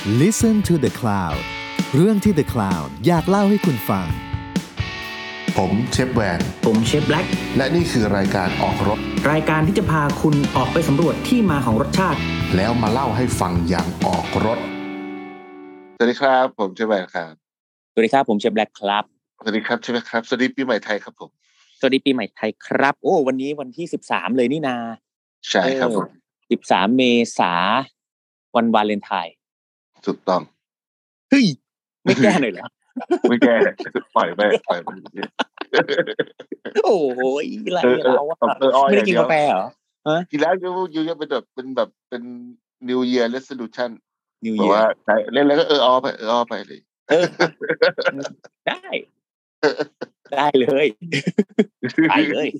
Listen to the Cloud เรื่องที่ The Cloud อยากเล่าให้คุณฟังผมเชฟแวนผมเชฟแบล็กและนี่คือรายการออกรถรายการที่จะพาคุณออกไปสำรวจที่มาของรสชาติแล้วมาเล่าให้ฟังอย่างออกรถสวัสดีครับผมเชฟแวนครับสวัสดีครับผมเชฟแบล็กครับสวัสดีครับเชฟครับสวัสดีปีใหม่ไทยครับผมสวัสดีปีใหม่ไทยครับโอ้วันนี้วันที่13เลยนี่นาใช่ครับผม 13เมษายนวันวาเลนไทน์ถูกต้องเฮ้ยไม่แก้หน่อยเหรอไม่แก้ปล่อยไปโอ้โหอะไรเราอ่ะไม่ได้กินกาแฟเหรอฮะทีแรกยูจะเป็นเป็น New Year Resolution บอกว่าเล่นแล้วก็อ้อไปเลยได้เลยไปเลย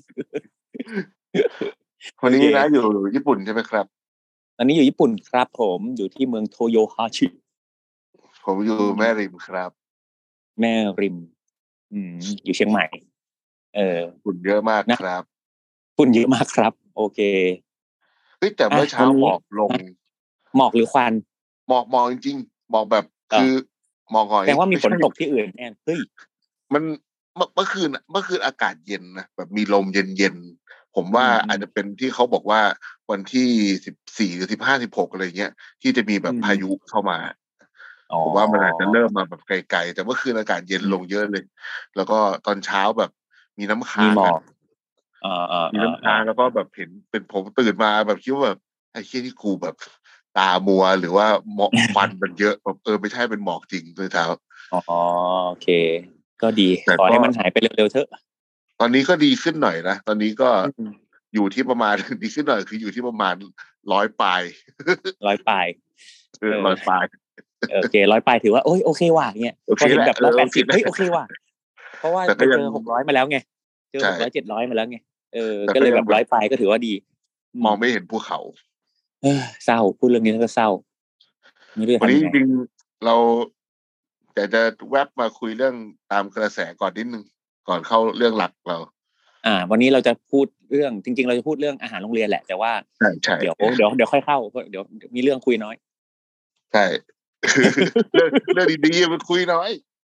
วันนี้นะอยู่ญี่ปุ่นใช่ไหมครับตอนนี้อยู่ญี่ปุ่นครับผมอยู่ที่เมืองโทโยฮาชิผมอยู่แม่ริมครับแม่ริมอยู่เชียงใหม่ฝุ่นเยอะมากครับฝุ่นเยอะมากครับโอเคเฮ้ยแต่เมื่อเช้าหมอกลงหมอกหรือควันหมอกจริงๆหมอกแบบคือหมอกหอยแสดงว่ามีฝนตกที่อื่นแน่เฮ้ยมันเมื่อคืนอากาศเย็นนะแบบมีลมเย็นๆผมว่าอาจจะเป็นที่เขาบอกว่าวันที่14หรือ15 16อะไรเงี้ยที่จะมีแบบพายุเข้ามาผมว่ามันอาจจะเริ่มมาแบบไกลๆแต่เมื่อคืนอากาศเย็นลงเยอะเลยแล้วก็ตอนเช้าแบบมีน้ำค้างมีน้ำค้างแล้วก็แบบเห็นเป็นผมตื่นมาแบบคิดว่าแบบไอ้เหี้ยที่กูแบบตามัวหรือว่าหมอกควันมันเยอะแบบไม่ใช่เป็นหมอกจริงเลยเช้าโอเคก็ดีขอให้มันหายไปเร็วๆเถอะตอนนี้ก็ดีขึ้นหน่อยนะตอนนี้ก็อยู่ที่ประมาณดีขึ้นหน่อยคืออยู่ที่ประมาณ100 ปลาย 100 ปลาย 100 ปลายโอเค100 ปลายถือว่าโอเคว่ะเนี่ยพอเห็นแบบ180เฮ้ยโอเคว่ะเพราะว่าไปเจอ600มาแล้วไงเจอ600 700มาแล้วไงก็เลยแบบ100 ปลายก็ถือว่าดีมองไม่เห็นภูเขาเศร้าพูดเรื่องนี้ก็เศร้าไม่รู้จะทำยังไงวันนี้จริงๆเราแต่จะแวบมาคุยเรื่องตามกระแสก่อนนิดนึงก่อนเข้าเรื่องหลักเราวันนี้เราจะพูดเรื่องจริงๆเราจะพูดเรื่องอาหารโรงเรียนแหละแต่ว่าเดี๋ยวค่อยเข้าเดี๋ยวมีเรื่องคุยน้อยใช่เรื่องดีๆมันคุยน้อย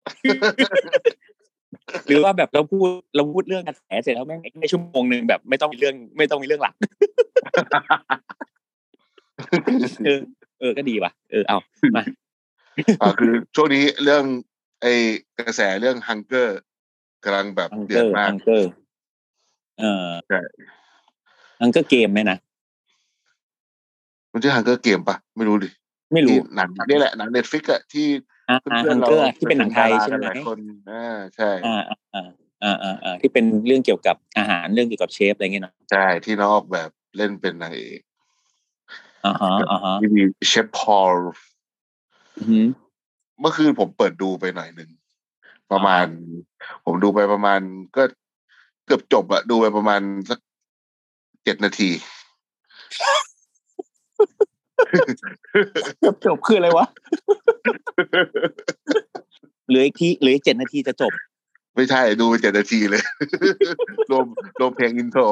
หรือว่าแบบเราพูดเรื่องกระแสเสร็จแล้วแม่งในชั่วโมงนึงแบบไม่ต้องมีเรื่องหลักก็ดีว่ะเอามาคือช่วงนี้เรื่องไอ้กระแสเรื่องฮังเกอร์กำลังแบบเดือดมากฮังเกอร์ใช่ฮังเกอร์เกมไหมนะมันชื่อฮังเกอร์เกมปะไม่รู้ดิไม่รู้หนังนี่แหละหนัง Netflix อ่ะที่ฮังเกอร์ที่เป็นหนังไทยใช่ไหมคนใช่ที่เป็นเรื่องเกี่ยวกับอาหารเรื่องเกี่ยวกับเชฟอะไรเงี้ยเนาะใช่ที่น้องออกแบบเล่นเป็นนางเอกที่มีเชฟพอลเมื่อคืนผมเปิดดูไปหน่อยนึงประมาณผมดูไปประมาณก็เกือบจบอะดูไปประมาณสัก7 นาทีเกือบจบคืออะไรวะเหลืออีก7 นาทีจะจบไม่ใช่ดูไป7 นาทีเลยรวมเพลงอินโทร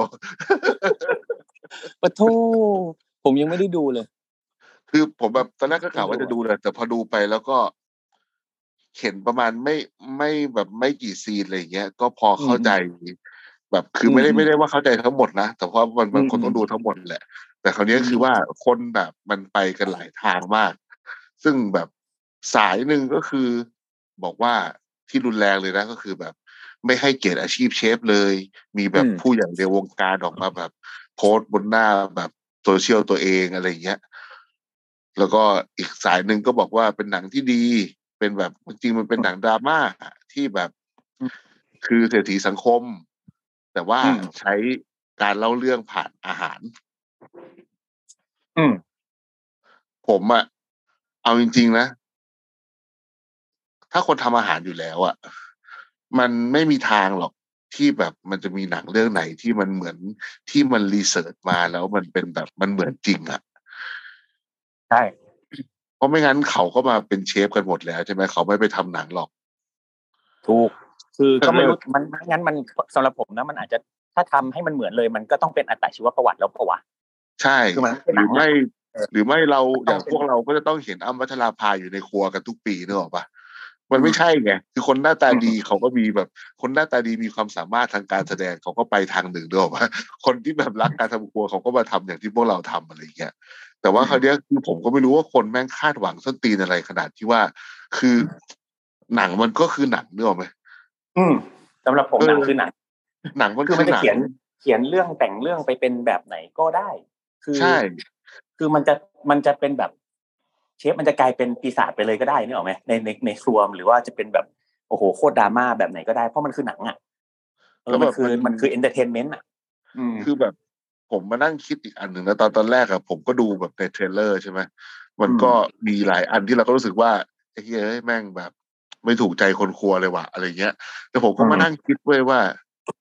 ปะโธ่ผมยังไม่ได้ดูเลยคือผมแบบตอนแรกก็กะว่าจะดูเลยแต่พอดูไปแล้วก็เห็นประมาณไม่แบบไม่กี่ซีนอะไรอย่างเงี้ยก็พอเข้าใจแบบคือไม่ได้ว่าเข้าใจทั้งหมดนะแต่เพราะมันคนต้องดูทั้งหมดแหละแต่คราวนี้คือว่าคนแบบมันไปกันหลายทางมากซึ่งแบบสายหนึ่งก็คือบอกว่าที่รุนแรงเลยนะก็คือแบบไม่ให้เกียรติอาชีพเชฟเลยมีแบบผู้ใหญ่ในวงการออกมาแบบโพสต์บนหน้าแบบโซเชียลตัวเองอะไรอย่างเงี้ยแล้วก็อีกสายหนึ่งก็บอกว่าเป็นหนังที่ดีเป็นแบบจริงๆมันเป็นหนังดราม่าที่แบบคือเศรษฐีสังคมแต่ว่าใช้การเล่าเรื่องผ่านอาหารผมอะเอาจริงๆนะถ้าคนทำอาหารอยู่แล้วอะมันไม่มีทางหรอกที่แบบมันจะมีหนังเรื่องไหนที่มันเหมือนที่มันรีเสิร์ชมาแล้วมันเป็นแบบมันเหมือนจริงอะใช่เพราะไม่งั้นเขาก็มาเป็นเชฟกันหมดแล้วใช่ไหมเขาไม่ไปทำหนังหรอกถูกคือก็ไม่รู้มันงั้นมันสำหรับผมนะมันอาจจะถ้าทำให้มันเหมือนเลยมันก็ต้องเป็นอัตชีวประวัติแล้วป่ะวะใช่คือมันหรือไม่หรือไม่เราอย่างพวกเราก็จะต้องเห็นอ้ำพัชราภาอยู่ในครัวกันทุกปีนึกออกปะมันไม่ใช่ไงคือคนหน้าตาดีเขาก็มีแบบคนหน้าตาดีมีความสามารถทางการแสดงเขาก็ไปทางหนึ่งนึกออกปะคนที่แบบรักการทำครัวเขาก็มาทำอย่างที่พวกเราทำอะไรเงี้ยแต่ว่าคราวนี้คือผมก็ไม่รู้ว่าคนแม่งคาดหวังส้นตีนอะไรขนาดที่ว่าคือหนังมันก็คือหนังนึกออกไหมสำหรับผมหนังคือหนังมันคือมันจะเขียนเรื่องแต่งเรื่องไปเป็นแบบไหนก็ได้ใช่คือมันจะเป็นแบบเชฟมันจะกลายเป็นปีศาจไปเลยก็ได้นึกออกไหมในครัวหรือว่าจะเป็นแบบโอ้โหโคตรดราม่าแบบไหนก็ได้เพราะมันคือหนังอ่ะมันคือเอนเตอร์เทนเมนต์อ่ะคือแบบผมมานั่งคิดอีกอันหนึ่งนะตอนแรกอะผมก็ดูแบบในเทรลเลอร์ใช่ไหมมันก็มีหลายอันที่เราก็รู้สึกว่าไอ้เฮ้ยแม่งแบบไม่ถูกใจคนครัวเลยว่ะอะไรเงี้ยแต่ผมก็มานั่งคิดเว้ยว่า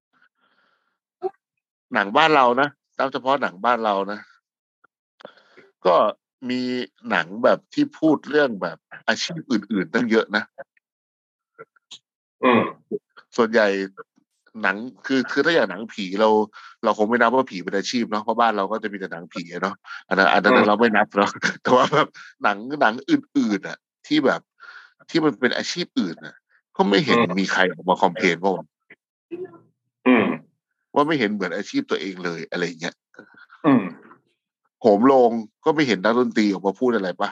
หนังบ้านเรานะตามเฉพาะหนังบ้านเรานะก็มีหนังแบบที่พูดเรื่องแบบอาชีพอื่นๆตั้งเยอะนะส่วนใหญ่หนังคือถ้าอย่างหนังผีเราคงไม่นับว่าผีเป็นอาชีพเนาะเพราะบ้านเราก็จะมีแต่หนังผีเนาะอันนั้นเราไม่นับเนาะแต่ว่าแบบหนังอื่นๆอ่ะที่แบบที่มันเป็นอาชีพอื่นอ่ะก็ไม่เห็นมีใครออกมาคอมเพลนว่าไม่เห็นเหมือนอาชีพตัวเองเลยอะไรเงี้ยโหมโรงก็ไม่เห็นนักดนตรีออกมาพูดอะไรปะ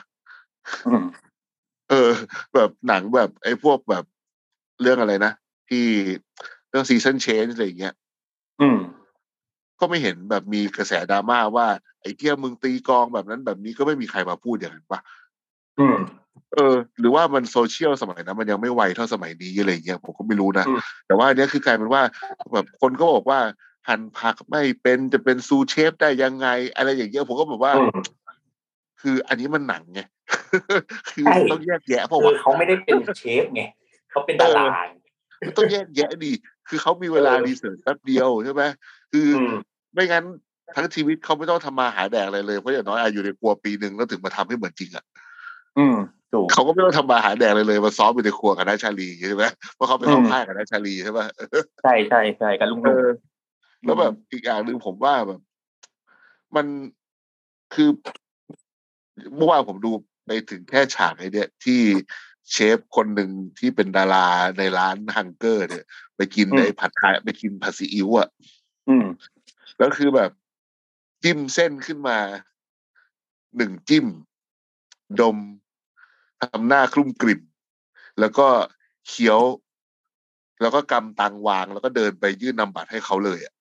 แบบหนังแบบไอ้พวกแบบเรื่องอะไรนะที่เรื่องซีซันเชนอะไรอย่างเงี้ยก็ไม่เห็นแบบมีกระแสดราม่าว่าไอ้เที่ยมึงตีกลองแบบนั้นแบบนี้ก็ไม่มีใครมาพูดอย่างนั้นปะหรือว่ามันโซเชียลสมัยนั้นมันยังไม่ไวเท่าสมัยนี้อะไรเงี้ยผมก็ไม่รู้นะแต่ว่าอันนี้คือกลายเป็นว่าแบบคนก็บอกว่าหั่นผักไม่เป็นจะเป็นซูเชฟได้ยังไงอะไรอย่างเงี้ยผมก็แบบว่าคืออันนี้มันหนังไงคือต้องแยกแยะเพราะว่าเขาไม่ได้เป็นเชฟไงเขาเป็นดาราต้องแยกแยะดีคือเขามีเวลารีเสิร์ชแป๊บเดียวใช่ไหมคือไม่งั้นทั้งชีวิตเขาไม่ต้องทำมาหาแดกอะไรเลยเพราะอย่างน้อยอยู่ในครัวปีนึงแล้วถึงมาทำให้เหมือนจริงอ่ะเขาก็ไม่ต้องทำมาหาแดกเลยมาซ้อมอยู่ในครัวกับนัชชาลีใช่ไหมเพราะเขาไปเข้าค่ายกับนัชชาลีใช่ไหมใช่ใช่ใช่กับลุงแล้วแบบอีกอย่างหนึ่งผมว่าแบบมันคือเมื่อวานผมดูไปถึงแค่ฉากไอ้เนี่ยที่เชฟคนหนึ่งที่เป็นดาราในร้านฮังเกอร์เนี่ยไปกินไอ้ผัดไทยไปกินผัดซีอิ๊วอ่ะแล้วคือแบบจิ้มเส้นขึ้นมา1จิ้มดมทำหน้าคลุ้มกลิ่มแล้วก็เคี้ยวแล้วก็กำตังวางแล้วก็เดินไปยื่นนำบัตรให้เขาเลยอ่ะ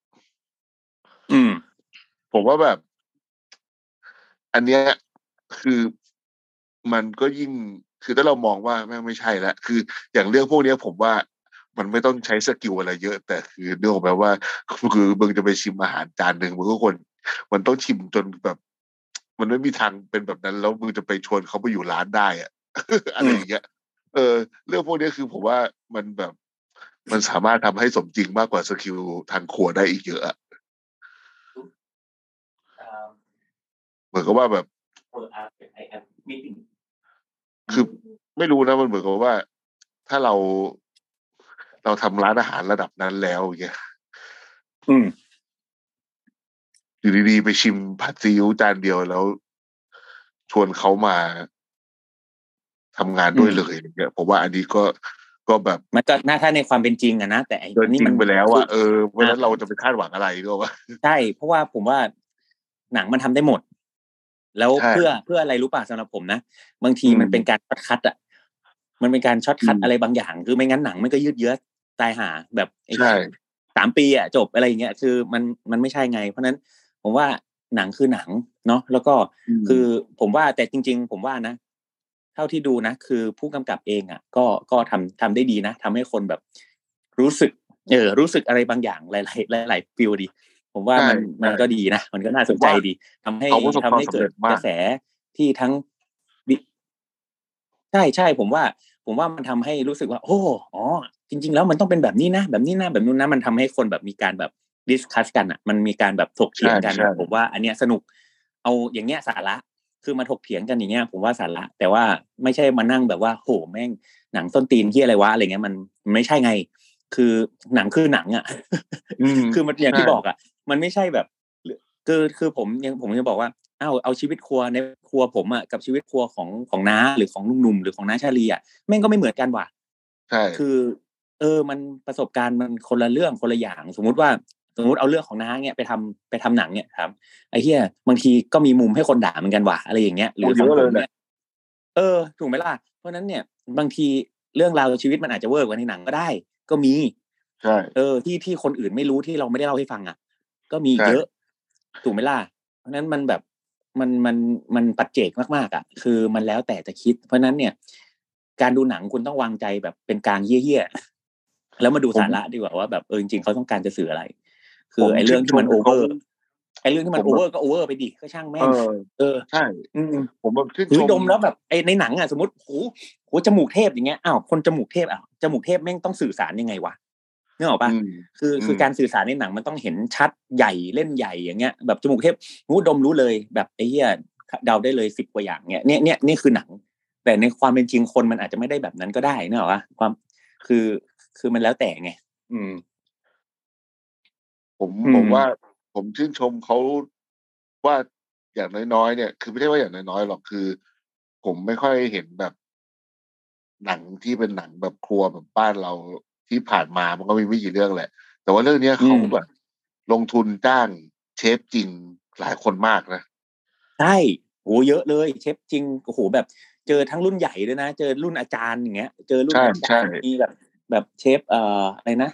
ผมว่าแบบอันเนี้ยคือมันก็ยิ่งคือถ้าเรามองว่าแม่งไม่ใช่แล้วคืออย่างเรื่องพวกนี้ผมว่ามันไม่ต้องใช้สกิลอะไรเยอะแต่คือเรื่องแบบว่าคือมึงจะไปชิมอาหารจานหนึ่งมึงก็ควรมันต้องชิมจนแบบมันไม่มีทางเป็นแบบนั้นแล้วมึงจะไปชวนเขาไปอยู่ร้านได้อะอะไรอย่างเงี้ยเรื่องพวกนี้คือผมว่ามันแบบมันสามารถทำให้สมจริงมากกว่าสกิลทางครัวได้อีกเยอะเหมือนกับว่าแบบคือไม่รู้นะมันเหมือนกับว่าถ้าเราทำร้านอาหารระดับนั้นแล้วอย่างเงี้ยอยู่ดีๆไปชิมผัดซีอิ๊วจานเดียวแล้วชวนเขามาทำงานด้วยเลยอย่างเงี้ยผมว่าอันนี้ก็แบบมันก็น่าถ้าในความเป็นจริงอะนะแต่อันนี้มันไปแล้วอะเพราะฉะนั้นเราจะไปคาดหวังอะไรด้วยวะใช่เพราะว่าผมว่าหนังมันทำได้หมดแล้วเพื่ออะไรรู้ป่ะสำหรับผมนะบางทีมันเป็นการช็อตคัทอ่ะมันเป็นการช็อตคัทอะไรบางอย่างคือไม่งั้นหนังมันก็ยืดเยื้อตายหาแบบ3 ปีอ่ะจบอะไรอย่างเงี้ยคือมันไม่ใช่ไงเพราะนั้นผมว่าหนังคือหนังเนาะแล้วก็คือผมว่าแต่จริงๆผมว่านะเท่าที่ดูนะคือผู้กำกับเองอ่ะก็ทำได้ดีนะทำให้คนแบบรู้สึกอะไรบางอย่างหลายฟีลดีผมว่ามันก็ดีนะมันก็น่าสนใจดีทำให้เกิดกระแสที่ทั้งใช่ผมว่ามันทำให้รู้สึกว่าโอ้อ๋อจริงๆแล้วมันต้องเป็นแบบนี้นะแบบนี้นะแบบนู้นนะมันทำให้คนแบบมีการแบบดิสคัสกันอ่ะมันมีการแบบถกเถียงกันผมว่าอันเนี้ยสนุกเอาอย่างเงี้ยสาระคือมาถกเถียงกันอย่างเงี้ยผมว่าสาระแต่ว่าไม่ใช่มานั่งแบบว่าโหแม่งหนังส้นตีนที่อะไรวะอะไรเงี้ยมันไม่ใช่ไงคือหนังคือหนังอ่ะคือมันอย่างที่บอกอ่ะมันไม่ใช่แบบคือผมจะบอกว่าเอาชีวิตครัวในครัวผมอ่ะกับชีวิตครัวของน้าหรือของลุงหนุ่มหรือของน้าชาลีอ่ะแม่งก็ไม่เหมือนกันว่ะใช่คือมันประสบการณ์มันคนละเรื่องคนละอย่างสมมุติเอาเรื่องของน้าเนี่ยไปทำหนังเนี่ยครับไอ้เหี้ยบางทีก็มีมุมให้คนด่าเหมือนกันว่ะอะไรอย่างเงี้ยหรือของผมเนี่ยถูกไหมล่ะเพราะนั้นเนี่ยบางทีเรื่องราวชีวิตมันอาจจะเวิร์กกว่าในหนังก็ได้ก็มีใช่ที่คนอื่นไม่รู้ที่เราไม่ได้เล่าให้ฟังอ่ะก็มีเยอะถูกไหมล่ะเพราะนั้นมันแบบมันปัจเจกมากๆอ่ะคือมันแล้วแต่จะคิดเพราะนั้นเนี่ยการดูหนังคุณต้องวางใจแบบเป็นกลางเหี้ยๆแล้วมาดูสาระดีกว่าว่าแบบจริงๆเขาต้องการจะสื่ออะไรคือไอ้เรื่องที่มันโอเวอร์ไอ้เรื่องที่มันโอเวอร์ก็โอเวอร์ไปดิก็ช่างแม่งใช่ผมแบบชื่นชมดมแล้วแบบไอ้ในหนังอ่ะสมมติโหจมูกเทพอย่างเงี้ยคนจมูกเทพจมูกเทพแม่งต้องสื่อสารยังไงวะนึกออกปะคือการสื่อสารในหนังมันต้องเห็นชัดใหญ่เล่นใหญ่อย่างเงี้ยแบบจมูกเทพดมรู้เลยแบบไอ้เหี้ยเดาได้เลย10 กว่าอย่างเงี้ยเนี่ยนี่คือหนังแต่ในความเป็นจริงคนมันอาจจะไม่ได้แบบนั้นก็ได้นึกออกปะความคือคือมันแล้วแต่ไงผมว่าผมชื่นชมเขาว่าอย่างน้อยๆเนี่ยคือไม่ใช่ว่าอย่างน้อยๆหรอกคือ ผมไม่ค่อยเห็นแบบหนังที่เป็นหนังแบบครัวแบบบ้านเราที่ผ่านมามันก็มีไม่กี่เรื่องแหละแต่ว่าเรื่องนี้เขาแบบลงทุนจ้างเชฟจริงหลายคนมากนะใช่โหเยอะเลยเชฟจริงโอ้โหแบบเจอทั้งรุ่นใหญ่ด้วยนะเจอรุ่นอาจารย์อย่างเงี้ยเจอรุ่นใช่อาจาใช่รย์มีแบบเชฟอะไรนะ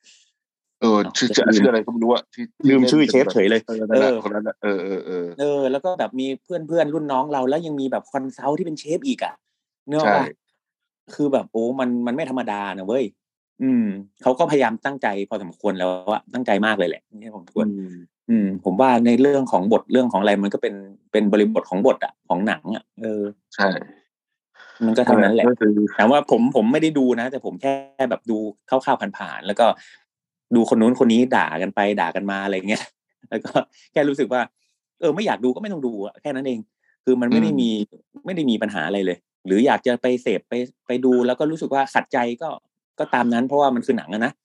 ชื่ออะไรก็ไม่รู้อะที่ลืมเล่นชื่อเชเป็นแบบฟเฉยเลยนั่นแหละคนนั้นอะแล้วก็แบบมีเพื่อนรุ่นน้องเราแล้วยังมีแบบคอนซัลท์ที่เป็นเชฟอีกอ่ะเนกอะใช่ป่ะคือแบบโอ้มันไม่ธรรมดานะเว้ยเขาก็พยายามตั้งใจพอสมควรแล้วอะตั้งใจมากเลยแหละนี่ผมควรผมว่าในเรื่องของบทเรื่องของอะไรมันก็เป็นบริบทของบทอ่ะของหนังอ่ะใช่มันก็เท่านั้นแหละก็คือแต่ว่าผมไม่ได้ดูนะแต่ผมแค่แบบดูคร่าวๆผ่านๆแล้วก็ดูคนนู้นคนนี้ด่ากันไปด่ากันมาอะไรเงี้ยแล้วก็แค่รู้สึกว่าไม่อยากดูก็ไม่ต้องดูแค่นั้นเองคือมันไม่ได้มีปัญหาอะไรเลยหรืออยากจะไปเสพไปดูแล้วก็รู้สึกว่าขัดใจก็ตามนั้นเพราะว่ามันคือหนังนะ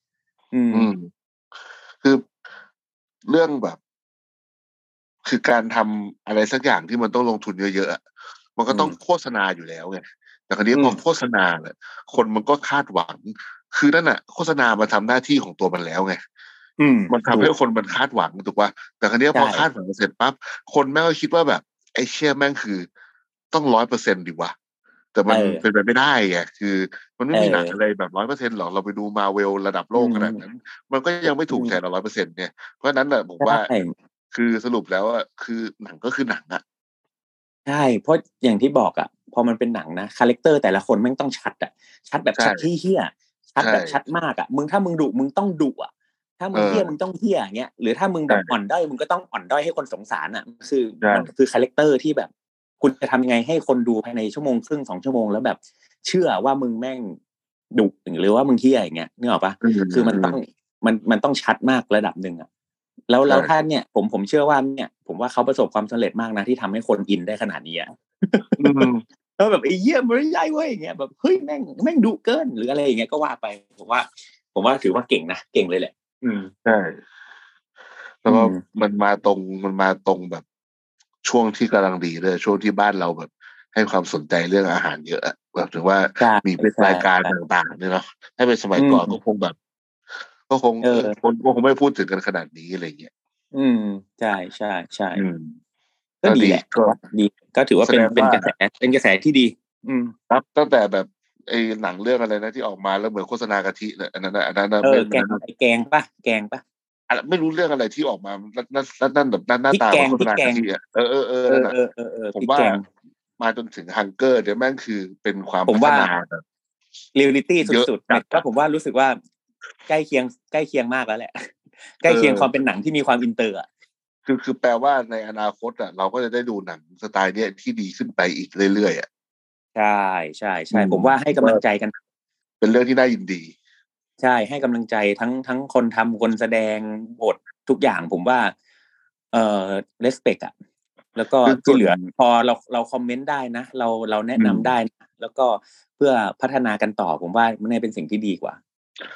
คือเรื่องแบบ คือการทำอะไรสักอย่างที่มันต้องลงทุนเยอะๆอะมันก็ต้องโฆษณาอยู่แล้วไงแต่คราวนี้พอโฆษณาเนี่ยคนมันก็คาดหวังคือนั่นน่ะโฆษณามาทำหน้าที่ของตัวมันแล้วไงมันทำให้คนมันคาดหวังถูกป่ะแต่คราวนี้พอคาดหวังเสร็จปั๊บคนแม่งก็คิดว่าแบบไอ้เชี่ยแม่งคือต้อง100%ดีวะแต่มันเป็นไปไม่ได้ไงคือมันไม่มีหนังอะไรแบบ100%หรอกเราไปดูมาเวลระดับโลกขนาดนั้นมันก็ยังไม่ถูกใจเรา100%เนี่ยเพราะฉะนั้นน่ะผมว่าใช่คือสรุปแล้วอ่ะคือหนังก็คือหนังอ่ะใช่เพราะอย่างที่บอกอ่ะพอมันเป็นหนังนะคาแรคเตอร์แต่ละคนแม่งต้องชัดอ่ะชัดแบบใช่ชัดที่เฮี้ยชัดใช่แบบชัดมากอ่ะถ้ามึงดุมึงต้องดุอ่ะถ้ามึงเฮี้ยมึงต้องเฮี้ยอย่างเงี้ยหรือถ้ามึงแบบอ่อนใช่ด้อยมึงก็ต้องอ่อนด้อยให้คนสงสารอ่ะคือใช่มันคือคาแรคเตอร์ที่แบบคุณจะทำยังไงให้คนดูภายในชั่วโมงครึ่ง2 ชั่วโมงแล้วแบบเชื่อว่ามึงแม่งดุหรือว่ามึงเฮี้ยอย่างเงี้ยนึกออกปะคือมันต้องมันต้องชัดมากระดับหนึ่งอ่ะ แล้วถ้าใช่เนี่ยผมเชื่อว่าเนี่ยผมว่าเขาประสบความสำเร็จมากนะที่ทำให้คนอินได้ขนาดนี้อ่ะอืมแล้วแบบไอ้เยี่ยมไม่ใช่เว้ยอย่างเงี้ยแบบเฮ้ยแม่งดุเกินหรืออะไรอย่างเงี้ยก็ว่าไปผมว่าถือว่าเก่งนะเก่งเลยแหละใช่แล้วก็มันมาตรงแบบช่วงที่กำลังดีเลยช่วงที่บ้านเราแบบให้ความสนใจเรื่องอาหารเยอะอะแบบถึงว่าใช่มีเป็นใช่รายการใช่ต่างๆเนี่ยเนาะถ้าเป็นสมัอืยก่อนก็คมงแบบก็คงคนก็คงไม่พูดถึงกันขนาดนี้อะไรเงี้ยอืมใช่ใช่ใช่อืมก็ดีก็ดีแหละก็ดีก็ถือว่าแสดงว่าเป็นกระแสที่ดีครับตั้งแต่แบบไอ้หนังเรื่องอะไรนะที่ออกมาแล้วเหมือนโฆษณากะทิเนี่ยอันนั้นไม่แกงแกงปะอันนั้นไม่รู้เรื่องอะไรที่ออกมานั่นแบบหน้าพริกตาแกงเหมันโฆษณาพริกแกงกะทิอ่ะนั่นน่ะผมว่าพริกแกงมาจนถึงฮังเกอร์เดี๋ยวแม่งคือเป็นความผมว่าพัฒนาแบบเรียลลิตี้เยอะสุดๆจัดอ่ะแต่ว่าผมว่ารู้สึกว่าใกล้เคียงมากแล้วแหละใกเอล้เคียงความเป็นอหนังที่มีความอินเตอร์อ่ะคือแปลว่าในอนาคตอ่ะเราก็จะได้ดูหนังสไตล์เนี้ยที่ดีขึ้นไปอีกเรื่อยๆอ่ะใช่ใช่อืใช่มผมว่าให้ก็กำลังใจกันเป็นเรื่องที่น่ายินดีใช่ให้กำลังใจทั้งคนทำคนแสดงบททุกอย่างผมว่าเอ่อเรสเพคอะแล้วก็คือส่วนที่เหลือพอเราคอมเมนต์ได้นะเราแนะอืมนำได้นะแล้วก็เพื่อพัฒนากันต่อผมว่ามันเป็นสิ่งที่ดีกว่า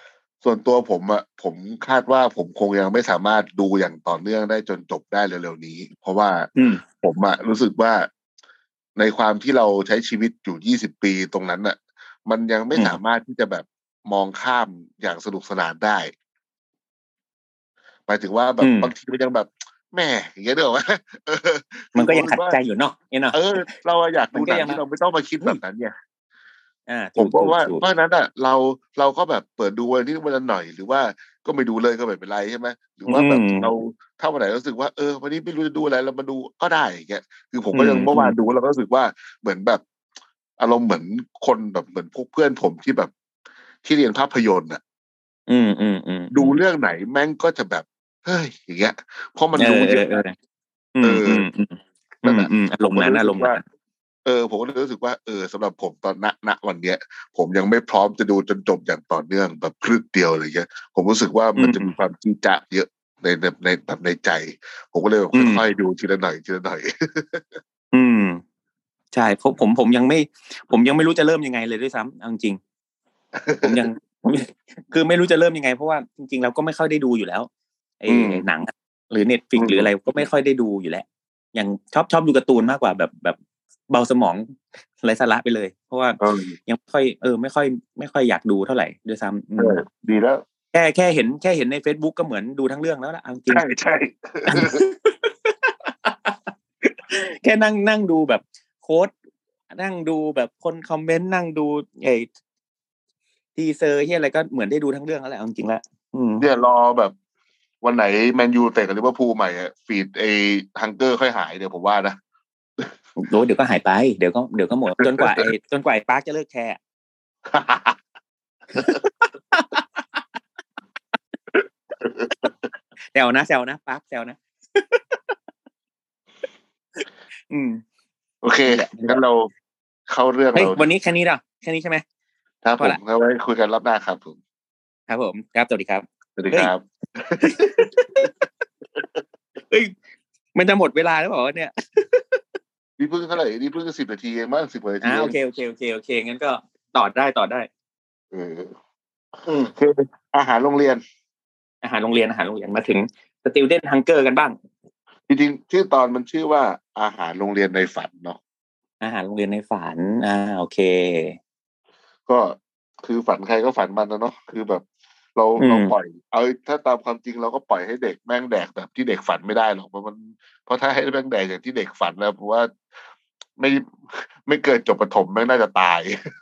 ส่วนตัวผมผมคาดว่าผมคงยังไม่สามารถดูอย่างต่อเนื่องได้จนจบได้เร็วๆนี้เพราะว่าผมรู้สึกว่าในความที่เราใช้ชีวิตอยู่20 ปีตรงนั้นมันยังไม่สามารถที่จะแบบมองข้ามอย่างสนุกสนานได้หมายถึงว่าแบบบางทีมันยังแบบแม่อย่างเงี้ยเด้อวะมันก็ยังขัดใจอยู่เนาะเนี่ยเนาะเราอยากดูหนังที่เราไม่ต้องมาคิดแบบนั้นเนี่ยผมก็ว่าเพราะนั้นเราก็แบบเปิดดูวันนี้วันละหน่อยหรือว่าก็ไม่ดูเลยก็ไม่เป็นไรใช่ไหมหรือว่าแบบเราถ้าวันไหนรู้สึกว่าวันนี้ไม่รู้จะดูอะไรเรามาดูก็ได้อย่างเงี้ยคือผมก็ยังเมื่อวานดูแล้วก็รู้สึกว่าเหมือนแบบอารมณ์เหมือนคนแบบเหมือนพวกเพื่อนผมที่แบบที่เรียนภาพยนตร์ดูเรื่องไหนแม่งก็จะแบบเฮ้ยอย่างเงี้ยเพราะมันรู้เยอะนั่นแหละอารมณ์นั้นผมก็เลยรู้สึกว่าสำหรับผมตอนณวันเนี้ยผมยังไม่พร้อมจะดูจนจบอย่างต่อเนื่องแบบครึ่งเดียวอะไรเงี้ยผมรู้สึกว่ามันจะมีความจี้จ๊ะเยอะในแบบในใจผมก็เลยค่อยๆดูทีละหน่อยทีละหน่อยใช่ผมยังไม่รู้จะเริ่มยังไงเลยด้วยซ้ำเอาจริงผมคือไม่รู้จะเริ่มยังไงเพราะว่าจริงๆเราก็ไม่ค่อยได้ดูอยู่แล้วไอ้หนังหรือ Netflix หรืออะไรก็ไม่ค่อยได้ดูอยู่แล้วอย่างชอบดูการ์ตูนมากกว่าแบบเบาสมองไร้สาระไปเลยเพราะว่ายังไม่ค่อยไม่ค่อยอยากดูเท่าไหร่ด้วยซ้ำดีแล้วแค่เห็นใน Facebook ก็เหมือนดูทั้งเรื่องแล้วล่ะจริงใช่แค่นั่งดูแบบโค้ดนั่งดูแบบคนคอมเมนต์นั่งดูไอ้ทีเซอร์ที่อะไรก็เหมือนได้ดูทั้งเรื่องแล้วแหละจริงๆแล้วเนี่ยรอแบบวันไหนแมนยูเตะกับลิเวอร์พูลใหม่ฟีดฮังเกอร์ค่อยหายเดี๋ยวผมว่านะโอ้เดี๋ยวก็หายไปเดี๋ยวก็หมดจนกว่าไอ้ปาร์คจะเลิกแชร์แซวนะปาร์คแซวนะโอเคงั้นเราเข้าเรื่องเราวันนี้แค่นี้ใช่ไหมครับผมเอาไว้คุยกันรอบหน้าครับผมครับผมครับสวัสดีครับสวัสดีครับเฮ้ยมันจะหมดเวลาแล้วเปล่าเนี่ยนี่เพิ่งเท่าไหร่นี่เพิ่ง10 นาทีเองมั้ง10 นาทีโอเคงั้นก็ต่อได้คืออาหารโรงเรียนมาถึง Student Hunger กันบ้างจริงๆชื่อตอนมันชื่อว่าอาหารโรงเรียนในฝันเนาะอาหารโรงเรียนในฝันโอเคก็คือฝันใครก็ฝันมันนะเนาะคือแบบเราปล่อยถ้าตามความจริงเราก็ปล่อยให้เด็กแม่งแดกแบบที่เด็กฝันไม่ได้หรอกเพราะถ้าให้แม่งแดกอย่างที่เด็กฝันแล้วเพราะว่าไม่เกินจบประถมแม่งน่าจะตาย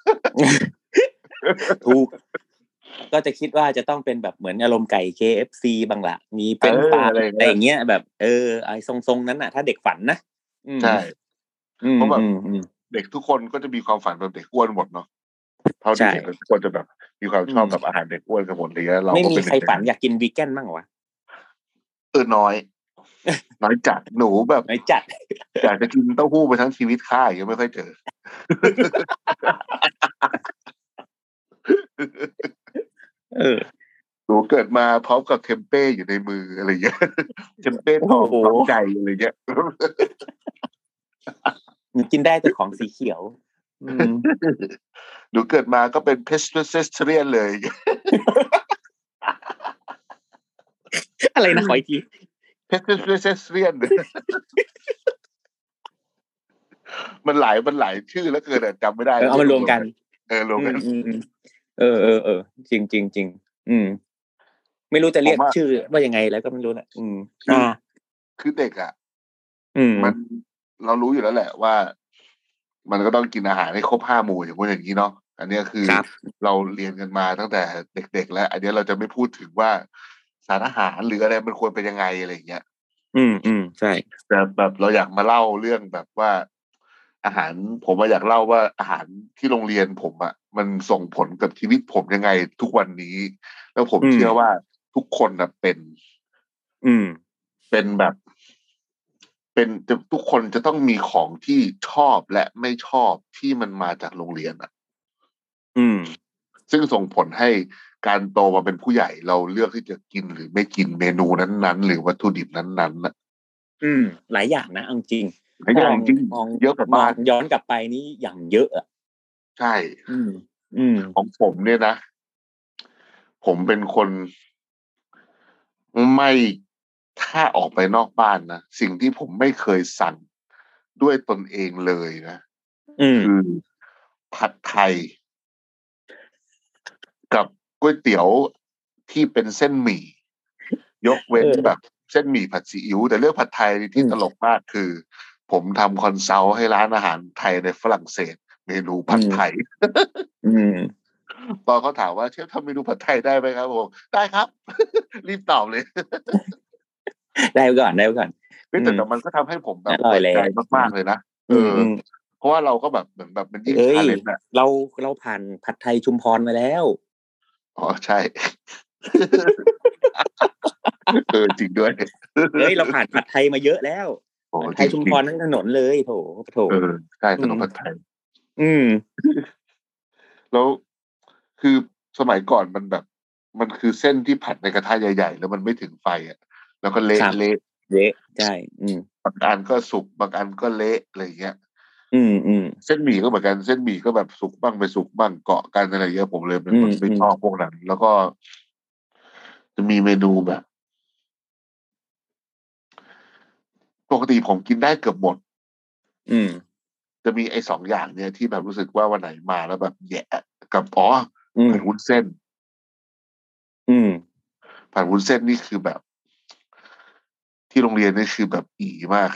ถูกก็จะคิดว่าจะต้องเป็นแบบเหมือนอารมณ์ไก่ KFC บางละมีเป็นปลาอะไรอย่างเงี้ยแบบไอ้ทรงๆนั้นน่ะถ้าเด็กฝันนะใช่เพราะแบบเด็กทุกคนก็จะมีความฝันแบบเด็กอ้วนหมดเนาะเท่าที่เห็นทุกคนจะแบบมีความชอบแบบอาหารเด็กอ้วนกันหมดเลยเราไม่มีใครฝันอยากกินวีแกนบ้างหรอวะน้อยจัดหนูแบบน้อยจัดอยากจะกินเต้าหู้ไปทั้งชีวิตข้ายังไม่ค่อยเจอหนูเกิดมาพร้อมกับเทมเป้อยู่ในมืออะไรเงี้ยเทมเป้ทองพร้อมใจอะไรเงี้ยกินได้แต่ของสีเขียวหนูเกิดมาก็เป็นเพสเทสเรียนเลยอะไรนะขออีกทีเพสเทสเรียนมันหลายชื่อแล้วเกินจำไม่ได้เอามารวมกันรวมกันจริงไม่รู้จะเรียกชื่อว่ายังไงแล้วก็ไม่รู้นะคือเด็กมันเรารู้อยู่แล้วแหละว่ามันก็ต้องกินอาหารให้ครบ5 หมู่อย่างนี้เนาะอันนี้คือเราเรียนกันมาตั้งแต่เด็กๆแล้วอันนี้เราจะไม่พูดถึงว่าสารอาหารหรืออะไรมันควรเป็นยังไงอะไรอย่างเงี้ยใช่แต่แบบเราอยากมาเล่าเรื่องแบบว่าอาหารผมอยากเล่าว่าอาหารที่โรงเรียนผมมันส่งผลกับชีวิตผมยังไงทุกวันนี้แล้วผมเชื่อว่าทุกคนเป็นแบบเป็นทุกคนจะต้องมีของที่ชอบและไม่ชอบที่มันมาจากโรงเรียนซึ่งส่งผลให้การโตมาเป็นผู้ใหญ่เราเลือกที่จะกินหรือไม่กินเมนูนั้นๆหรือวัตถุดิบนั้นๆหลายอย่างนะจริงหลายอย่างจริงเยอะแบบมากย้อนกลับไปนี่อย่างเยอะใช่ของผมเนี่ยนะผมเป็นคนไม่ถ้าออกไปนอกบ้านนะสิ่งที่ผมไม่เคยสั่งด้วยตนเองเลยนะคือผัดไทยกับก๋วยเตี๋ยวที่เป็นเส้นหมี่ยกเว้นแบบเส้นหมี่ผัดซีอิ๊วแต่เรื่องผัดไทยที่ตลกมากคือผมทำคอนซัลท์ให้ร้านอาหารไทยในฝรั่งเศสเมนูผัดไทยตอนเขาถามว่าเชฟทำเมนูผัดไทยได้ไหมครับผมได้ครับ รีบตอบเลยได้ก่อนได้ก่อนแต่มันก็ทำให้ผมแบบเปิดใจมากๆเลยนะเพราะว่าเราก็แบบเหมือนแบบมันยิ่งชาเลนจ์อะเราผ่านผัดไทยชุมพรมาแล้วอ๋อใช่จริงด้วยเราผ่านผัดไทยมาเยอะแล้วผัดไทยชุมพรทั้งถนนเลยโถใช่ถนนผัดไทยแล้วคือสมัยก่อนมันแบบมันคือเส้นที่ผัดในกระทะใหญ่ๆแล้วมันไม่ถึงไฟอ่ะแล้วก็เละใช่บางอันก็สุกบางอันก็เละอะไรเงี้ยเส้นหมี่ก็เหมือนกันเส้นหมี่ก็แบบสุกบ้างไม่สุกบ้างเกาะกันอะไรเยอะผมเลยเป็นคนไม่ชอบพวกนั้นแล้วก็จะมีเมนูแบบปกติผมกินได้เกือบหมดจะมีไอ้2อย่างเนี่ยที่แบบรู้สึกว่าวันไหนมาแล้วแบบแย่กับผัดวุ้นเส้นผัดวุ้นเส้นนี่คือแบบที่โรงเรียนนี่คือแบบอีมาก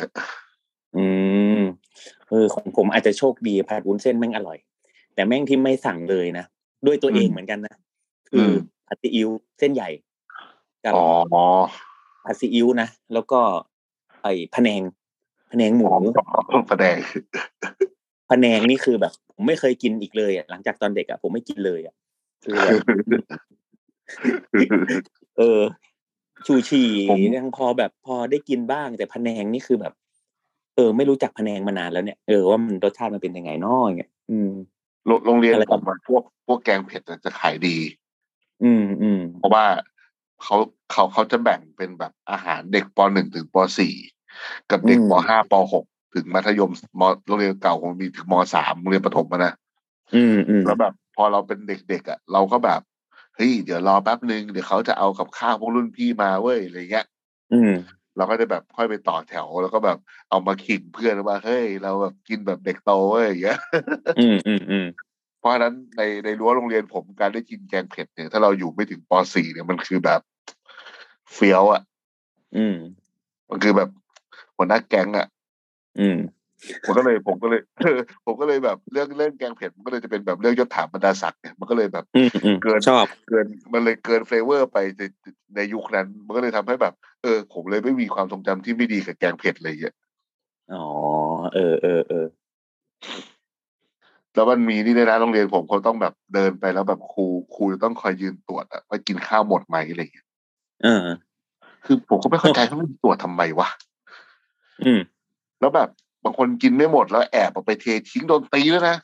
ของผมอาจจะโชคดีผัดวุ้นเส้นแม่งอร่อยแต่แม่งที่ไม่สั่งเลยนะด้วยตัวเองเหมือนกันนะคือผัดซีอิ๊วเส้นใหญ่กับผัดซีอิ๊วนะแล้วก็ไอ้พะแนงหมูพะแนงนี่คือแบบผมไม่เคยกินอีกเลยอ่ะหลังจากตอนเด็กอ่ะผมไม่กินเลยอ่ะคือแบบชูชียังพอได้กินบ้างแต่พะแนงนี่คือแบบไม่รู้จักพะแนงมานานแล้วเนี่ยว่ามันรสชาติมันเป็นยังไงน้ออย่างเงี้ยโรงเรียนผมพวกแกงเผ็ดจะขายดีเพราะว่าเขาจะแบ่งเป็นแบบอาหารเด็กป .1 ถึงป .4 กับเด็กป .5 ป .6 ถึงมัธยมโรงเรียนเก่าผมมีถึงม .3 โรงเรียนประถมนะแล้วแบบพอเราเป็นเด็กๆอ่ะเราก็แบบเฮ้ยเดี๋ยวรอแป๊บนึงเดี๋ยวเขาจะเอากับข้าวพวกรุ่นพี่มาเว้ยอะไรเงี้ยเราก็จะแบบค่อยไปต่อแถวแล้วก็แบบเอามาขิงเพื่อนว่าเฮ้ยเราแบบกินแบบเด็กโตเว้ยอย่างเงี้ยเพราะฉะนั้นในรั้วโรงเรียนผมการได้กินแกงเผ็ดเนี่ยถ้าเราอยู่ไม่ถึงป .4 เนี่ยมันคือแบบเฟี้ยวอ่ะมันคือแบบหัวหน้าแก๊งอ่ะผมก็เลยแบบเรื่องแกงเผ็ดมันก็เลยจะเป็นแบบเรื่องยศถาบรรดาศักดิ์เนี่ยมันก็เลยแบบเกินมันเลยเกินเฟเวอร์ไปในยุคนั้นมันก็เลยทำให้แบบผมเลยไม่มีความทรงจำที่ไม่ดีกับแกงเผ็ดเลยอ่ะอ๋อแล้วมันมีนี่ด้วยนะโรงเรียนผมเขาต้องแบบเดินไปแล้วแบบครูจะต้องคอยยืนตรวจอะว่ากินข้าวหมดไหมอะไรอย่างเงี้ยคือผมก็ไม่เข้าใจเขาไม่ตรวจทำไมวะแล้วแบบบางคนกินไม่หมดแล้วแอบเอาไปเททิ้งโดนตีแล้วนะ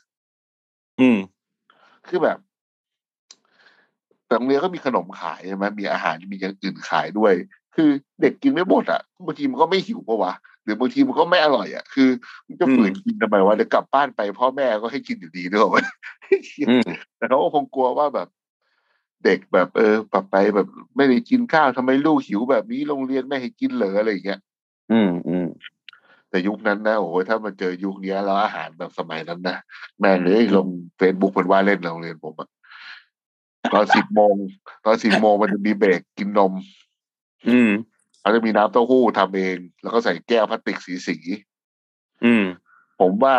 คือแบบแต่โรงเรียนก็มีขนมขายใช่ไหมมีอาหารมีอย่างอื่นขายด้วยคือเด็กกินไม่หมดอ่ะบางทีมันก็ไม่หิวปะวะหรือบางทีมันก็ไม่อร่อยอ่ะคือมันจะฝืนกินทำไมวะเดี๋ยวกลับบ้านไปพ่อแม่ก็ให้กินอยู่ดีด้วยวะแต่เขาก็คงกลัวว่าแบบเด็กแบบแบบไปแบบไม่ได้กินข้าวทำไมลูกหิวแบบนี้โรงเรียนไม่ให้กินเหรออะไรอย่างเงี้ยแต่ยุคนั้นนะโอ้โหถ้ามาเจอยุคนี้แล้วอาหารแบบสมัยนั้นนะแม่เลยลงเฟซบุ๊กเป็นว่าเล่นโรงเรียนผมอะตอน10 โมงมันจะมีเบรกกินนมเขาจะมีน้ำเต้าหู้ทำเองแล้วก็ใส่แก้วพลาสติกสีผมว่า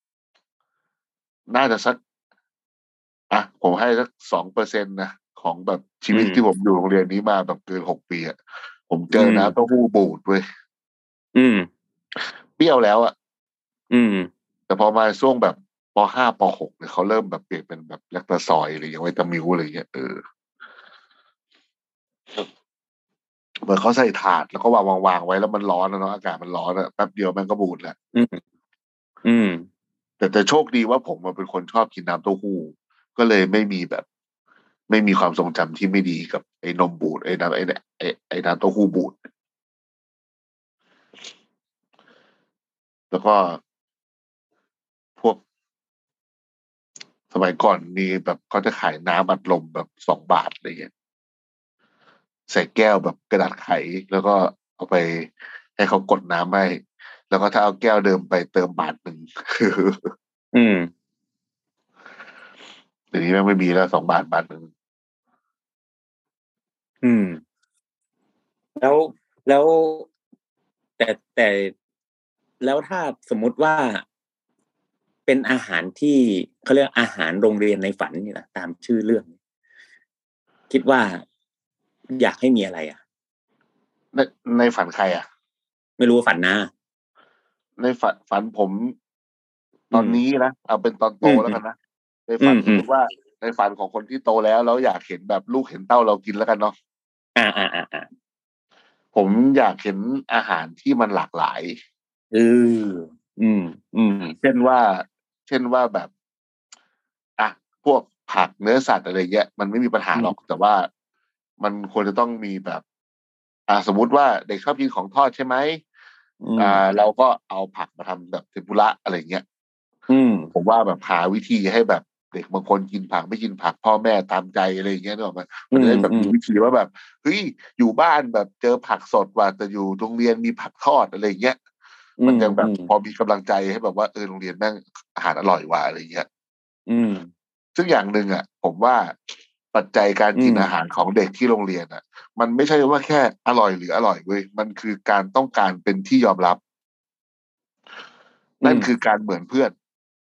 น่าจะสักผมให้สัก2%นะของแบบชีวิตที่ผมอยู่โรงเรียนนี้มาแบบเกิน6 ปีอ่ะผมเจอน้ำเต้าหู้บูดเว้ยเปรี้ยวแล้วอ่ะแต่พอมาช่วงแบบป .5 ป .6 เนี่ยเขาเริ่มแบบเปลี่ยนเป็นแบบแลคตาซอยหรืออย่างไวตามิลอะไรเงี้ยเหมือนเขาใส่ถาดแล้วก็วางไว้แล้วมันร้อนนะเนาะอากาศมันร้อนอะแป๊บเดียวมันก็บูดแหละแต่โชคดีว่าผมเป็นคนชอบกินน้ำเต้าหู้ก็เลยไม่มีความทรงจำที่ไม่ดีกับไอ้นมบูดไอ้น้ำเต้าหู้บูดแล้วก็พวกสมัยก่อนมีแบบเขาจะขายน้ำอัดลมแบบ2 บาทอะไรเงี้ยใส่แก้วแบบกระดาษไขแล้วก็เอาไปให้เขากดน้ำให้แล้วก็ถ้าเอาแก้วเดิมไปเติม1 บาทอืมเดี๋ยวนี้ไม่มีแล้ว2 บาท 1 บาทอืมแล้วแล้วแต่แล้วถ้าสมมุติว่าเป็นอาหารที่เขาเรียกอาหารโรงเรียนในฝันนี่แหละตามชื่อเรื่องคิดว่าอยากให้มีอะไรอ่ะในในฝันใครอ่ะไม่รู้ว่าฝันนะในฝันผมตอนนี้นะเอาเป็นตอนโตอืมแล้วกันนะในฝันสมมติว่าในฝันของคนที่โตแล้วอยากเห็นแบบลูกเห็นเต้าเรากินแล้วกันเนาะอ่าผมอยากเห็นอาหารที่มันหลากหลายเอออืมอืมเช่นว่าแบบอ่ะพวกผักเนื้อสัตว์อะไรเงี้ยมันไม่มีปัญหาหรอกแต่ว่ามันควรจะต้องมีแบบสมมุติว่าเด็กชอบกินของทอดใช่ไหมเราก็เอาผักมาทำแบบเทมปุระอะไรเงี้ยผมว่าแบบหาวิธีให้แบบเด็กบางคนกินผักไม่กินผักพ่อแม่ตามใจอะไรอย่างเงี้ยนึกออกไหมมันจะได้แบบมีวิธีว่าแบบเฮ้ยอยู่บ้านแบบเจอผักสดว่ะแต่อยู่โรงเรียนมีผักทอดอะไรเงี้ยมันยังแบบพอมีกำลังใจให้แบบว่าโรงเรียนแม่งอาหารอร่อยว่ะอะไรเงี้ยซึ่งอย่างหนึ่งอ่ะผมว่าปัจจัยการกินอาหารของเด็กที่โรงเรียนอ่ะมันไม่ใช่ว่าแค่อร่อยหรืออร่อยเว้ยมันคือการต้องการเป็นที่ยอมรับนั่นคือการเหมือนเพื่อน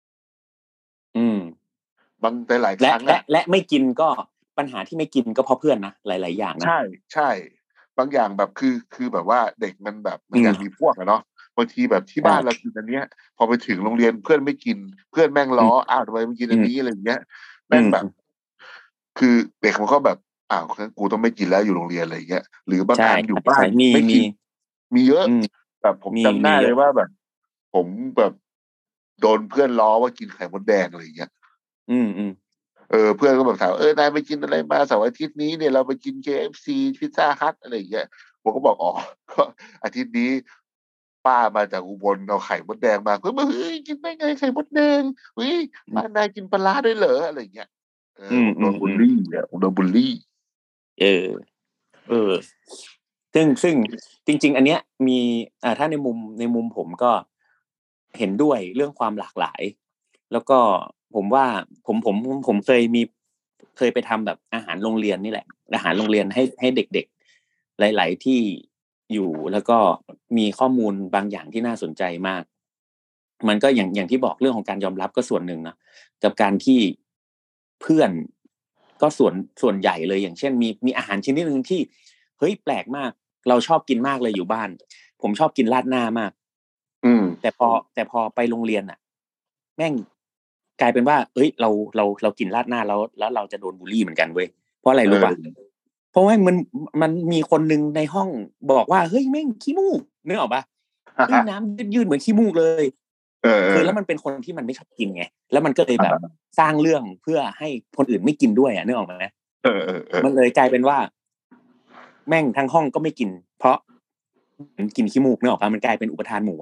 บางหลายครั้งอ่ะและไม่กินก็ปัญหาที่ไม่กินก็เพราะเพื่อนนะหลายๆอย่างนะใช่ใช่บางอย่างแบบคือแบบว่าเด็กมันแบบมันอยากมีพวกอะเนาะบางทีแบบที่บ้านเรากินอันเนี้ยพอไปถึงโรงเรียนเพื่อนไม่กินเพื่อนแม่งล้ออ้าวทำไมไม่กินอันนี้อะไรอย่างเงี้ยแม่งแบบคือเด็กมันก็แบบงั้นกูต้องไม่กินแล้วอยู่โรงเรียนอะไรอย่างเงี้ยหรือบางอันอยู่บ้านไม่กินมีเยอะแบบผมจำได้เลยว่าแบบผมแบบโดนเพื่อนล้อว่ากินไข่มดแดงอะไรอย่างเงี้ยเพื่อนก็แบบถามนายไปกินอะไรมาเสาร์อาทิตย์นี้เนี่ยเราไปกิน KFC พิซซ่าฮัทอะไรอย่างเงี้ยผมก็บอกก็อาทิตย์นี้ป้ามาจากอุบลเอาไข่มดแดงมาเพื่อนมาเฮ้ยกินได้ไงไข่มดแดงเฮ้ยป้านายกินปลาร้าด้วยเหรออะไรอย่างเงี้ยผมโดนบูลลี่อ่ะผมโดนบูลลี่เออเออซึ่งจริงๆอันเนี้ยมีถ้าในมุมผมก็เห็นด้วยเรื่องความหลากหลายแล้วก็ผมว่าผมเคยไปทำแบบอาหารโรงเรียนนี่แหละอาหารโรงเรียนให้เด็กๆหลายๆที่อยู่แล้วก็มีข้อมูลบางอย่างที่น่าสนใจมากมันก็อย่างที่บอกเรื่องของการยอมรับก็ส่วนหนึ่งนะกับการที่เพื่อนก็ส่วนใหญ่เลยอย่างเช่นมีอาหารชนิดนึงที่เฮ้ยแปลกมากเราชอบกินมากเลยอยู่บ้านผมชอบกินราดหน้ามากแต่พอไปโรงเรียนอ่ะแม่งกลายเป็นว่าเอ้ยเรากินราดหน้าแล้วเราจะโดนบูลลี่เหมือนกันเว้ยเพราะอะไรรู้ป่ะเพราะว่ามันมีคนนึงในห้องบอกว่าเฮ้ยแม่งขี้มูกนึกออกป่ะเฮ้ยน้ำยืดเหมือนขี้มูกเลยคือแล้วมันเป็นคนที่มันไม่ชอบกินไงแล้วมันก็เลยแบบสร้างเรื่องเพื่อให้คนอื่นไม่กินด้วยนึกออกไหมมันเลยกลายเป็นว่าแม่งทั้งห้องก็ไม่กินเพราะกินขี้มูกนึกออกป่ะมันกลายเป็นอุปทานหมู่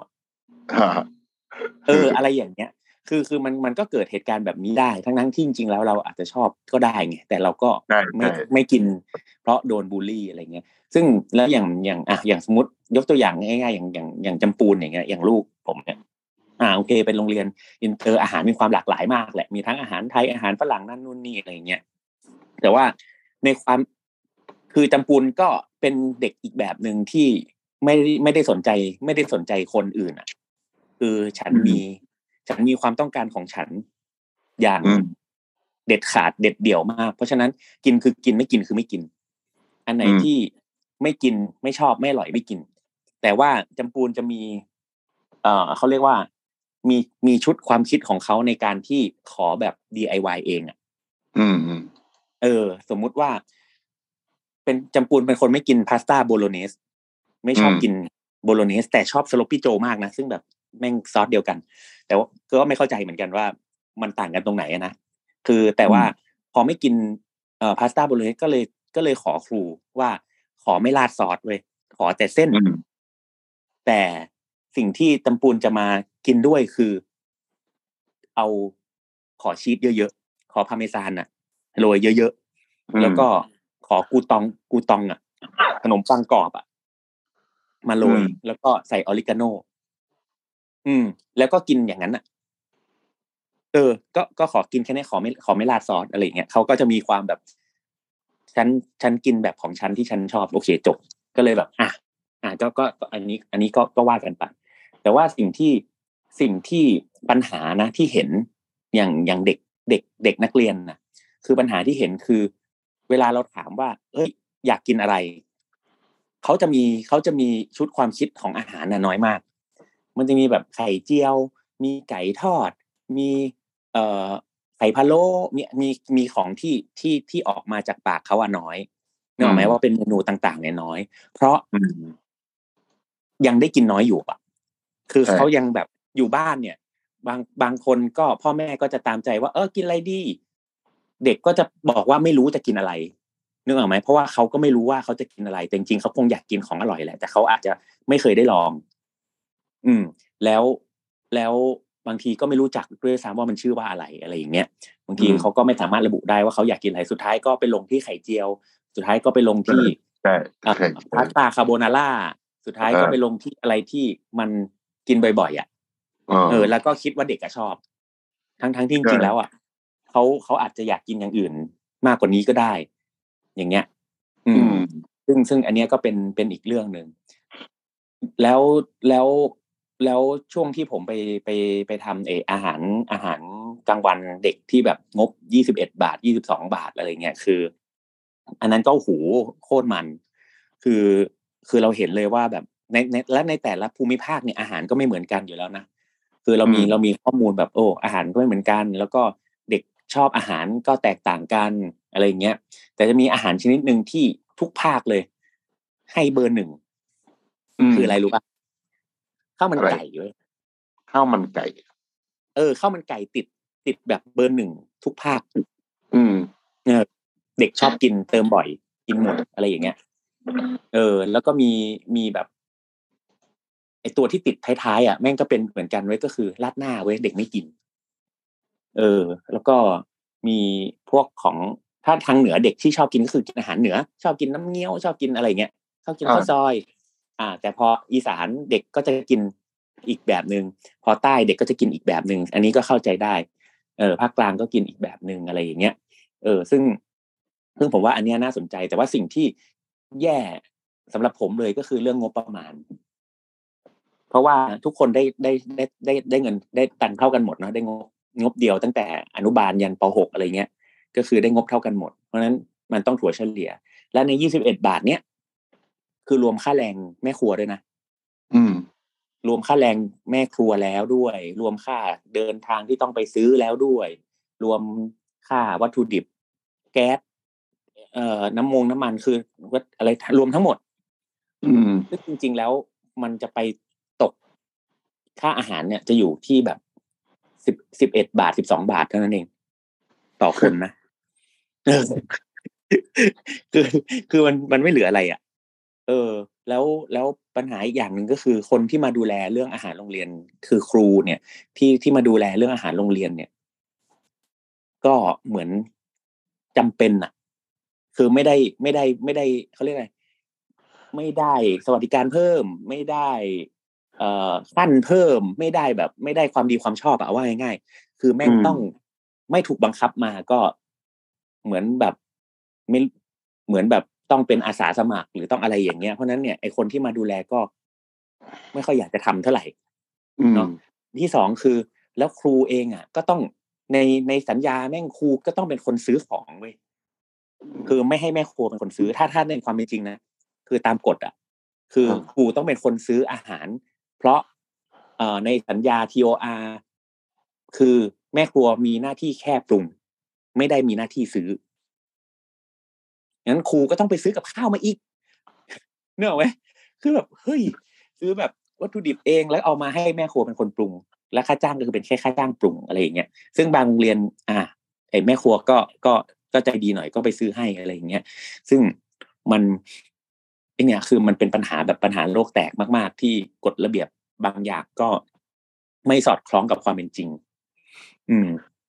อะไรอย่างเงี้ยคือมันก็เกิดเหตุการณ์แบบนี้ได้ทั้งที่จริงๆแล้วเราอาจจะชอบก็ได้ไงแต่เราก็ไม่กินเพราะโดนบูลลี่อะไรเงี้ยซึ่งแล้วอย่างสมมติยกตัวอย่างง่ายๆอย่างจำปูนอย่างเงี้ยอย่างลูกผมเนี่ยโอเคเป็นโรงเรียนอินเตอร์อาหารมีความหลากหลายมากแหละมีทั้งอาหารไทยอาหารฝรั่งนั่นนู่นนี่อะไรเงี้ยแต่ว่าในความคือจำปูนก็เป็นเด็กอีกแบบนึงที่ไม่ได้สนใจคนอื่นอ่ะคือฉันมีความต้องการของฉันอย่างเด็ดขาดเด็ดเดี่ยวมากเพราะฉะนั้นกินคือกินไม่กินคือไม่กินอันไหนที่ไม่กินไม่ชอบไม่อร่อยไม่กินแต่ว่าจำปูนจะมีเขาเรียกว่ามีชุดความคิดของเขาในการที่ขอแบบ DIY เองอ่ะสมมุติว่าเป็นจำปูนเป็นคนไม่กินพาสต้าโบโลเนสไม่ชอบกินโบโลเนสแต่ชอบสโลปี้โจมากนะซึ่งแบบแม่งซอสเดียวกันแต่ว่าก็ไม่เข้าใจเหมือนกันว่ามันต่างกันตรงไหนนะคือแต่ว่าพอไม่กินพาสต้าโบโลเนสก็เลยขอครูว่าขอไม่ราดซอสเว้ยขอแต่เส้นแต่สิ่งที่จำปูนจะมากินด้วยคือเอาขอชีสเยอะๆขอพาร์เมซานโรยเยอะๆแล้วก็ขอกูตองอ่ะขนมปังกรอบอ่ะมาโรยแล้วก็ใส่ออริกาโนแล้วก็กินอย่างนั้นอ่ะก็ขอกินแค่นี้ขอไม่ราดซอสอะไรเงี้ยเขาก็จะมีความแบบฉันกินแบบของฉันที่ฉันชอบโอเคจบก็เลยแบบก็อันนี้ก็ว่ากันไปแต่ว่าสิ่งที่ปัญหานะที่เห็นอย่างเด็กนักเรียนนะคือปัญหาที่เห็นคือเวลาเราถามว่าเอ้ยอยากกินอะไรเขาจะมีชุดความคิดของอาหารน่ะน้อยมากมันจะมีแบบไข่เจียวมีไก่ทอดมีเอ่อไข่พะโล้มีของที่ออกมาจากปากเขาอะน้อยนึกออกไหมว่าเป็นเมนูต่างๆเนี่ยน้อยเพราะยังได้กินน้อยอยู่อะคือเขายังแบบอยู่บ้านเนี่ยบางคนก็พ่อแม่ก็จะตามใจว่ากินอะไรดีเด็กก็จะบอกว่าไม่รู้จะกินอะไรนึกออกไหมเพราะว่าเขาก็ไม่รู้ว่าเขาจะกินอะไรแต่จริงๆเขาคงอยากกินของอร่อยแหละแต่เขาอาจจะไม่เคยได้ลองแล้วบางทีก็ไม่รู้จักด้วยซ้ำว่ามันชื่อว่าอะไรอย่างเงี้ยบางทีเขาก็ไม่สามารถระบุได้ว่าเขาอยากกินอะไรสุดท้ายก็ไปลงที่ไข่เจียวสุดท้ายก็ไปลงที่พาสต้าคาโบนาร่าสุดท้ายก็ไปลงที่อะไรที่มันกินบ่อยๆอ่ะแล้วก็คิดว่าเด็กชอบทั้งที่จริงๆแล้วอ่ะเขาอาจจะอยากกินอย่างอื่นมากกว่านี้ก็ได้อย่างเงี้ยซึ่งอันเนี้ยก็เป็นอีกเรื่องนึงแล้วช่วงที่ผมไปทำอาหารกลางวันเด็กที่แบบงบ21 บาท22 บาทอะไรเงี้ยคืออันนั้นก็โหโคตรมันคือเราเห็นเลยว่าแบบในแต่ละภูมิภาคเนี่ยอาหารก็ไม่เหมือนกันอยู่แล้วนะคือเรามีข้อมูลแบบอาหารก็ไม่เหมือนกันแล้วก็เด็กชอบอาหารก็แตกต่างกันอะไรเงี้ยแต่จะมีอาหารชนิดนึงที่ทุกภาคเลยให้เบอร์ 1คืออะไรรู้ป่ะข้าวมันไก่เว้ยข้าวมันไก่ข้าวมันไก่ติดแบบเบอร์ 1ทุกภาคเด็กชอบกินเติมบ่อยกินหมดอะไรอย่างเงี้ยแล้วก็มีแบบไอตัวที่ติดท้ายๆอ่ะแม่งก็เป็นเหมือนกันเว้ยก็คือราดหน้าเว้ยเด็กไม่กินแล้วก็มีพวกของถ้าทางเหนือเด็กที่ชอบกินก็คือกินอาหารเหนือชอบกินน้ำเงี้ยวชอบกินอะไรเงี้ยชอบกินข้าวซอยแต่พออีสานเด็กก็จะกินอีกแบบนึงพอใต้เด็กก็จะกินอีกแบบนึงอันนี้ก็เข้าใจได้ภาคกลางก็กินอีกแบบนึงอะไรอย่างเงี้ยซึ่งผมว่าอันนี้น่าสนใจแต่ว่าสิ่งที่แย่สำหรับผมเลยก็คือเรื่องงบประมาณเพราะว่าทุกคนได้เงินได้ตังค์เท่ากันหมดเนาะได้งบเดียวตั้งแต่อนุบาลยันป.6 อะไรเงี้ยก็คือได้งบเท่ากันหมดเพราะฉะนั้นมันต้องถัวเฉลี่ยและใน21 บาทเนี้ยคือรวมค่าแรงแม่ครัวด้วยนะรวมค่าแรงแม่ครัวแล้วด้วยรวมค่าเดินทางที่ต้องไปซื้อแล้วด้วยรวมค่าวัตถุดิบแก๊สน้ำมันคืออะไรรวมทั้งหมดซึ่งจริงๆแล้วมันจะไปตกค่าอาหารเนี่ยจะอยู่ที่แบบ11 บาท12 บาทเท่านั้นเองต่อคนนะคือมันไม่เหลืออะไรอ่ะแล้วปัญหาอีกอย่างหนึ่งก็คือคนที่มาดูแลเรื่องอาหารโรงเรียนคือครูเนี่ยที่มาดูแลเรื่องอาหารโรงเรียนเนี่ยก็เหมือนจำเป็นอ่ะคือไม่ได้เขาเรียกอะไรไม่ได้สวัสดิการเพิ่มไม่ได้ขั้นเพิ่มไม่ได้แบบไม่ได้ความดีความชอบอะว่าง่ายๆคือแม่งต้องไม่ถูกบังคับมาก็เหมือนแบบไม่เหมือนแบบต้องเป็นอาสาสมัครหรือต้องอะไรอย่างเงี้ยเพราะนั้นเนี่ยไอคนที่มาดูแลก็ไม่ค่อยอยากจะทำเท่าไหร่เนาะที่สองคือแล้วครูเองอ่ะก็ต้องในสัญญาแม่งครูก็ต้องเป็นคนซื้อของเว้ยคือไม่ให้แม่ครัวเป็นคนซื้อถ้าในความเป็นจริงนะคือตามกฎอ่ะคือครูต้องเป็นคนซื้ออาหารเพราะในสัญญา TOR คือแม่ครัวมีหน้าที่แค่ปรุงไม่ได้มีหน้าที่ซื้องั้นครูก็ต้องไปซื้อกับข้าวมาอีกเนอะไหมคือแบบเฮ้ยซื้อแบบวัตถุดิบเองแล้วเอามาให้แม่ครัวเป็นคนปรุงและค่าจ้างก็คือเป็นแค่ค่าจ้างปรุงอะไรอย่างเงี้ยซึ่งบางโรงเรียนไอ้แม่ครัวก็ใจดีหน่อยก็ไปซื้อให้อะไรอย่างเงี้ยซึ่งมันเนี่ยคือมันเป็นปัญหาแบบปัญหาโลกแตกมากๆที่กฎระเบียบบางอย่างก็ไม่สอดคล้องกับความเป็นจริง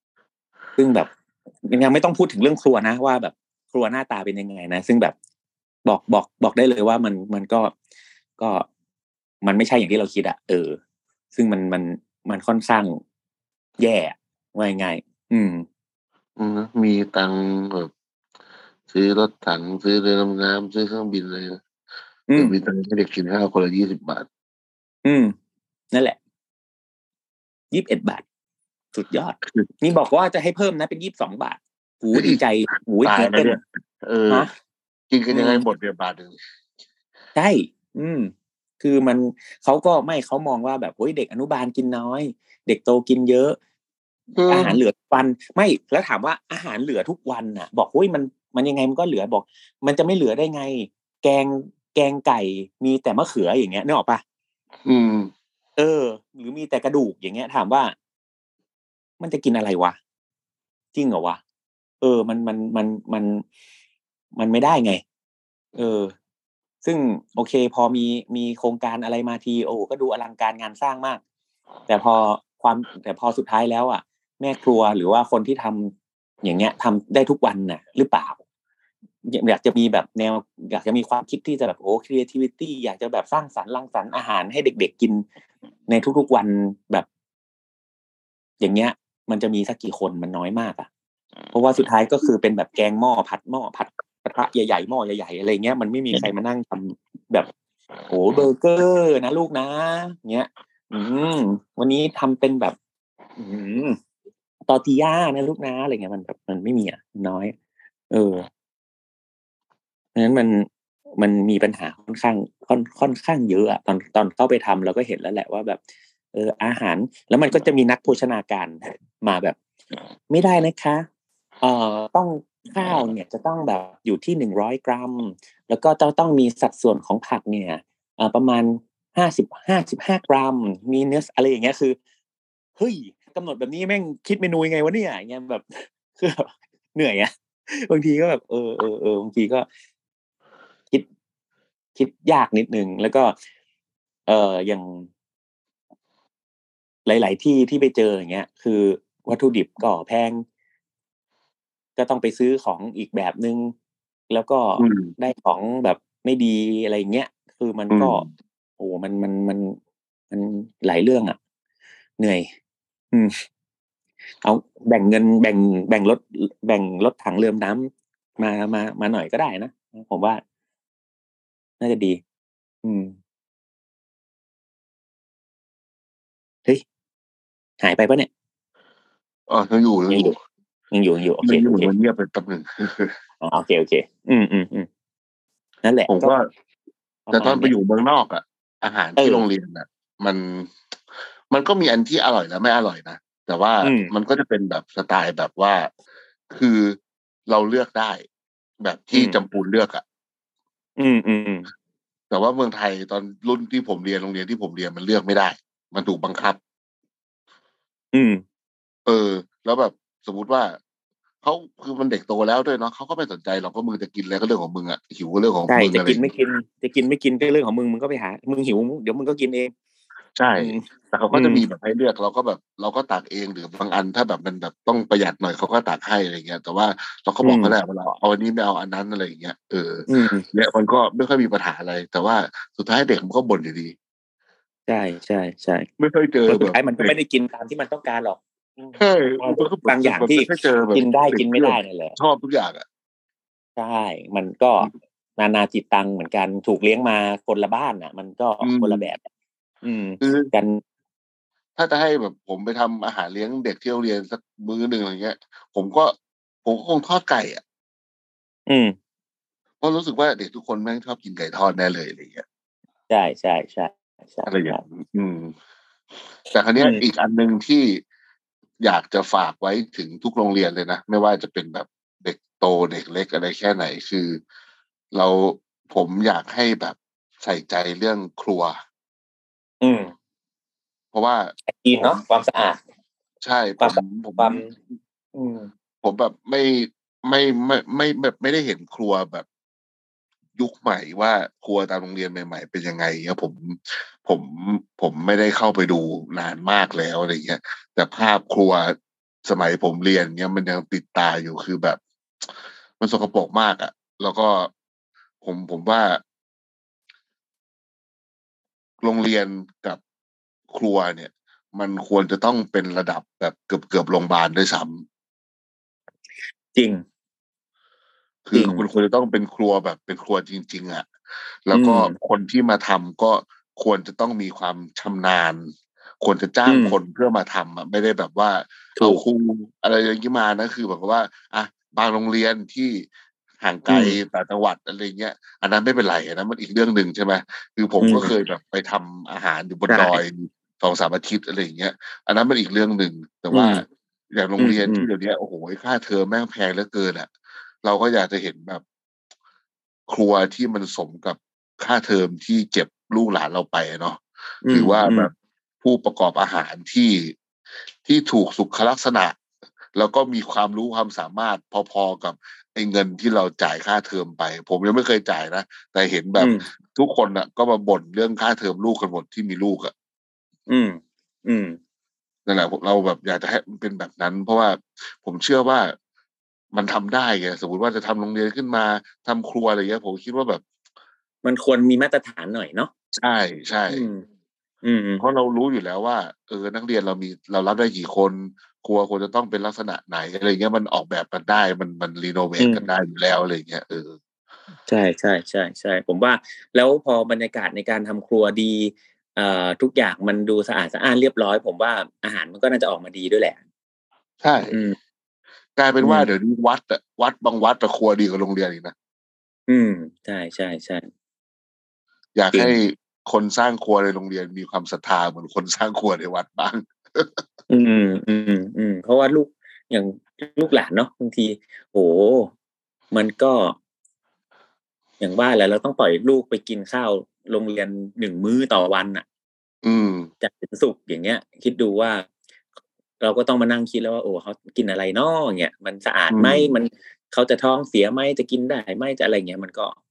ซึ่งแบบยังไม่ต้องพูดถึงเรื่องครัวนะว่าแบบครัวหน้าตาเป็นยังไงนะซึ่งแบบบอกได้เลยว่ามันก็มันไม่ใช่อย่างที่เราคิดอะซึ่งมันค่อนข้างแย่ว่าง่ายมีตังค์แบบซื้อรถถังซื้อเรือดำน้ำซื้อเครื่องบินเลยนะแต่มีตังค์ให้เด็กกินข้าวคนละ20 บาทนั่นแหละ21 บาทสุดยอดนี่บอกว่าจะให้เพิ่มนะเป็น22 บาทหูดีใจหูตายแล้วเนี่ยฮะกินกันยังไงหมดเดือนบาทนึงใช่คือเขาก็ไม่เขามองว่าแบบโอ้ยเด็กอนุบาลกินน้อยเด็กโตกินเยอะอาหารเหลือทุกวันไม่แล้วถามว่าอาหารเหลือทุกวันน่ะบอกโอ้ยมันยังไงมันก็เหลือบอกมันจะไม่เหลือได้ไงแกงไก่มีแต่มะเขืออย่างเงี้ยนึกออกปะหรือมีแต่กระดูกอย่างเงี้ยถามว่ามันจะกินอะไรวะจริงเหรอวะมันไม่ได้ไงซึ่งโอเคพอมีโครงการอะไรมาทีโอ้ก็ดูอลังการงานสร้างมากแต่พอสุดท้ายแล้วอ่ะแม่ครัวหรือว่าคนที่ทำอย่างเงี้ยทำได้ทุกวันน่ะหรือเปล่าอยากจะมีแบบแนวอยากจะมีความคิดที่จะแบบcreativity อยากจะแบบสร้างสรรค์รังสรรค์อาหารให้เด็กๆกินในทุกๆวันแบบอย่างเงี้ยมันจะมีสักกี่คนมันน้อยมากอ่ะเพราะว่าสุดท้ายก็คือเป็นแบบแกงหม้อผัดกระทะใหญ่ๆหม้อใหญ่ๆอะไรเงี้ยมันไม่มีใครมานั่งทำแบบโอ้เบอร์เกอร์นะลูกนะเงี้ยวันนี้ทำเป็นแบบตอร์ติญ่านะลูกนะอะไรเงี้ยมันแบบมันไม่มีอ่ะน้อยเพราะฉะนั้นมันมีปัญหาค่อนข้างเยอะอะตอนเข้าไปทำเราก็เห็นแล้วแหละว่าแบบอาหารแล้วมันก็จะมีนักโภชนาการมาแบบไม่ได้นะคะต้องข้าวเนี่ยจะต้องแบบอยู่ที่100 กรัมแล้วก็ต้องมีสัดส่วนของผักเนี่ยประมาณ55 กรัมมีเนื้ออะไรอย่างเงี้ยคือเฮ้ยกำหนดแบบนี้แม่งคิดเมนูยังไงวะเนี่ยอย่างเงี้ยแบบคือเหนื่อยอะบางทีก็แบบบางทีก็คิดคิดยากนิดนึงแล้วก็อย่างหลายๆที่ที่ไปเจออย่างเงี้ยคือวัตถุดิบก็แพงก็ต้องไปซื้อของอีกแบบนึงแล้วก็ได้ของแบบไม่ดีอะไรเงี้ยคือมันก็โอ้มันหลายเรื่องอ่ะเหนื่อยเอาแบ่งเงินแบ่งรถถังเรือน้ำมาหน่อยก็ได้นะผมว่าน่าจะดีเฮ้ยหายไปปะเนี่ยยังอยู่ยังอยู่โอเคมันเงียบไปแป๊บนึงโอเคนั่นแหละผมก็แต่ตอนไปอยู่เมืองนอกอ่ะอาหารที่โรงเรียนอ่ะมันก็มีอันที่อร่อยและไม่อร่อยนะแต่ว่ามันก็จะเป็นแบบสไตล์แบบว่าคือเราเลือกได้แบบที่จำปูนเลือกอ่ะแต่ว่าเมืองไทยตอนรุ่นที่ผมเรียนโรงเรียนที่ผมเรียนมันเลือกไม่ได้มันถูกบังคับแล้วแบบสมมุติว่าเขาคือมันเด็กโตแล้วด้วยเนาะเขาก็ไม่สนใจหรอกว่ามึงจะกินอะไรก็เรื่องของมึงอ่ะหิวก็เรื่องของมึงจะอะไรกินไม่กินก็เรื่องของมึงก็ไปหามึงหิวเดี๋ยวมึงก็กินเองใช่แต่เขาก็จะมีแบบให้เลือกเราก็ตักเองหรือบางอันถ้าแบบมันแบบต้องประหยัดหน่อยเขาก็ตักให้อะไรเงี้ยแต่ว่าเราก็บอกเขาแหละว่าเราเอาอันนี้ไม่เอาอันนั้นอะไรอย่างเงี้ยเนี่ยมันก็ไม่ค่อยมีปัญหาอะไรแต่ว่าสุดท้ายเด็กมันก็บ่นอยู่ดีใช่ไม่เคยเจอแบบมันก็ไม่ได้กินตามที่มันต้องการหรอกใช่บางอย่างที่กินได้กินไม่ได้นี่แหละชอบทุกอย่างอ่ะใช่มันก็นานาจิตตังเหมือนกันถูกเลี้ยงมาคนละบ้านอ่ะมันก็คนละแบบกันถ้าจะให้แบบผมไปทำอาหารเลี้ยงเด็กที่โรงเรียนสักมื้อหนึ่งอะไรเงี้ยผมก็คงทอดไก่อ่ะเพราะรู้สึกว่าเด็กทุกคนแม่งชอบกินไก่ทอดแน่เลยอะไรเงี้ยใช่อะไรอย่างแต่ครั้นี้อีกอันหนึ่งที่อยากจะฝากไว้ถึงทุกโรงเรียนเลยนะไม่ว่าจะเป็นแบบเด็กโตเด็กเล็กอะไรแค่ไหนคือเราผมอยากให้แบบใส่ใจเรื่องครัวเพราะว่าดีเนาะความสะอาดใช่ผมแบบไม่แบบไม่ได้เห็นครัวแบบยุคใหม่ว่าครัวตามโรงเรียนใหม่ๆเป็นยังไงเนี่ยผมผมไม่ได้เข้าไปดูนานมากแล้วอะไรเงี้ยแต่ภาพครัวสมัยผมเรียนเนี่ยมันยังติดตาอยู่คือแบบมันสกปรกมากอ่ะแล้วก็ผผมว่าโรงเรียนกับครัวเนี่ยมันควรจะต้องเป็นระดับแบบเกือบโรงพยาบาลด้วยซ้ำจริงคือคุณควรจะต้องเป็นครัวแบบเป็นครัวจริงๆอ่ะแล้วก็คนที่มาทำก็ควรจะต้องมีความชำนาญควรจะจ้างคนเพื่อมาทำอ่ะไม่ได้แบบว่าเอาครูอะไรอย่างนี้มานะคือแบบว่าอ่ะบางโรงเรียนที่ห่างไกลต่างจังหวัดอะไรเงี้ยอันนั้นไม่เป็นไรนะมันอีกเรื่องหนึ่งใช่ไหมคือผมก็เคยแบบไปทำอาหารอยู่บนดอย2-3 อาทิตย์อะไรอย่างเงี้ยอันนั้นมันอีกเรื่องหนึ่งแต่ว่าอย่างโรงเรียนที่เดี๋ยวนี้โอ้โหค่าเทอมแม่งแพงเหลือเกินอ่ะเราก็อยากจะเห็นแบบครัวที่มันสมกับค่าเทอมที่เก็บลูกหลานเราไปเนาะหรือว่าแบบผู้ประกอบอาหารที่ถูกสุขลักษณะแล้วก็มีความรู้ความสามารถพอๆกับไอ้เงินที่เราจ่ายค่าเทอมไปผมยังไม่เคยจ่ายนะแต่เห็นแบบทุกคนอ่ะก็มาบ่นเรื่องค่าเทอมลูกกันหมดที่มีลูกอ่ะนั่นแหละเราแบบอยากจะให้มันเป็นแบบนั้นเพราะว่าผมเชื่อว่ามันทำได้ไงสมมติว่าจะทำโรงเรียนขึ้นมาทำครัวอะไรเงี้ยผมคิดว่าแบบมันควรมีมาตรฐานหน่อยเนาะใช่ใช่เพราะเรารู้อยู่แล้วว่านักเรียนเรารับได้กี่คนครัวควรจะต้องเป็นลักษณะไหนอะไรเงี้ยมันออกแบบกันได้มันรีโนเวทกันได้อยู่แล้วอะไรเงี้ยใช่ใช่ใช่ใช่ผมว่าแล้วพอบรรยากาศในการทำครัวดีทุกอย่างมันดูสะอาดสะอ้านเรียบร้อยผมว่าอาหารมันก็น่าจะออกมาดีด้วยแหละใช่กลายเป็นว่าเดี๋ยวนี้วัดบางวัดแต่ครัวดีกว่าโรงเรียนอีกนะใช่ใช่ใช่อยากให้คนสร้างครัวในโรงเรียนมีความศรัทธาเหมือนคนสร้างครัวในวัดบ้างเพราะว่าอย่างลูกหลานเนาะบางทีโหมันก็อย่างว่าแหละเราต้องปล่อยลูกไปกินข้าวโรงเรียน1 มื้อต่อวันอ่ะจันทร์ถึงศุกร์อย่างเงี้ยคิดดูว่าเราก็ต้องมานั่งคิดแล้วว่าโอ้เขากินอะไรเนาะอย่างเงี้ยมันสะอาดไหมมันเขาจะท้องเสียไหมจะกินได้ไหมจะอะไรเงี้ย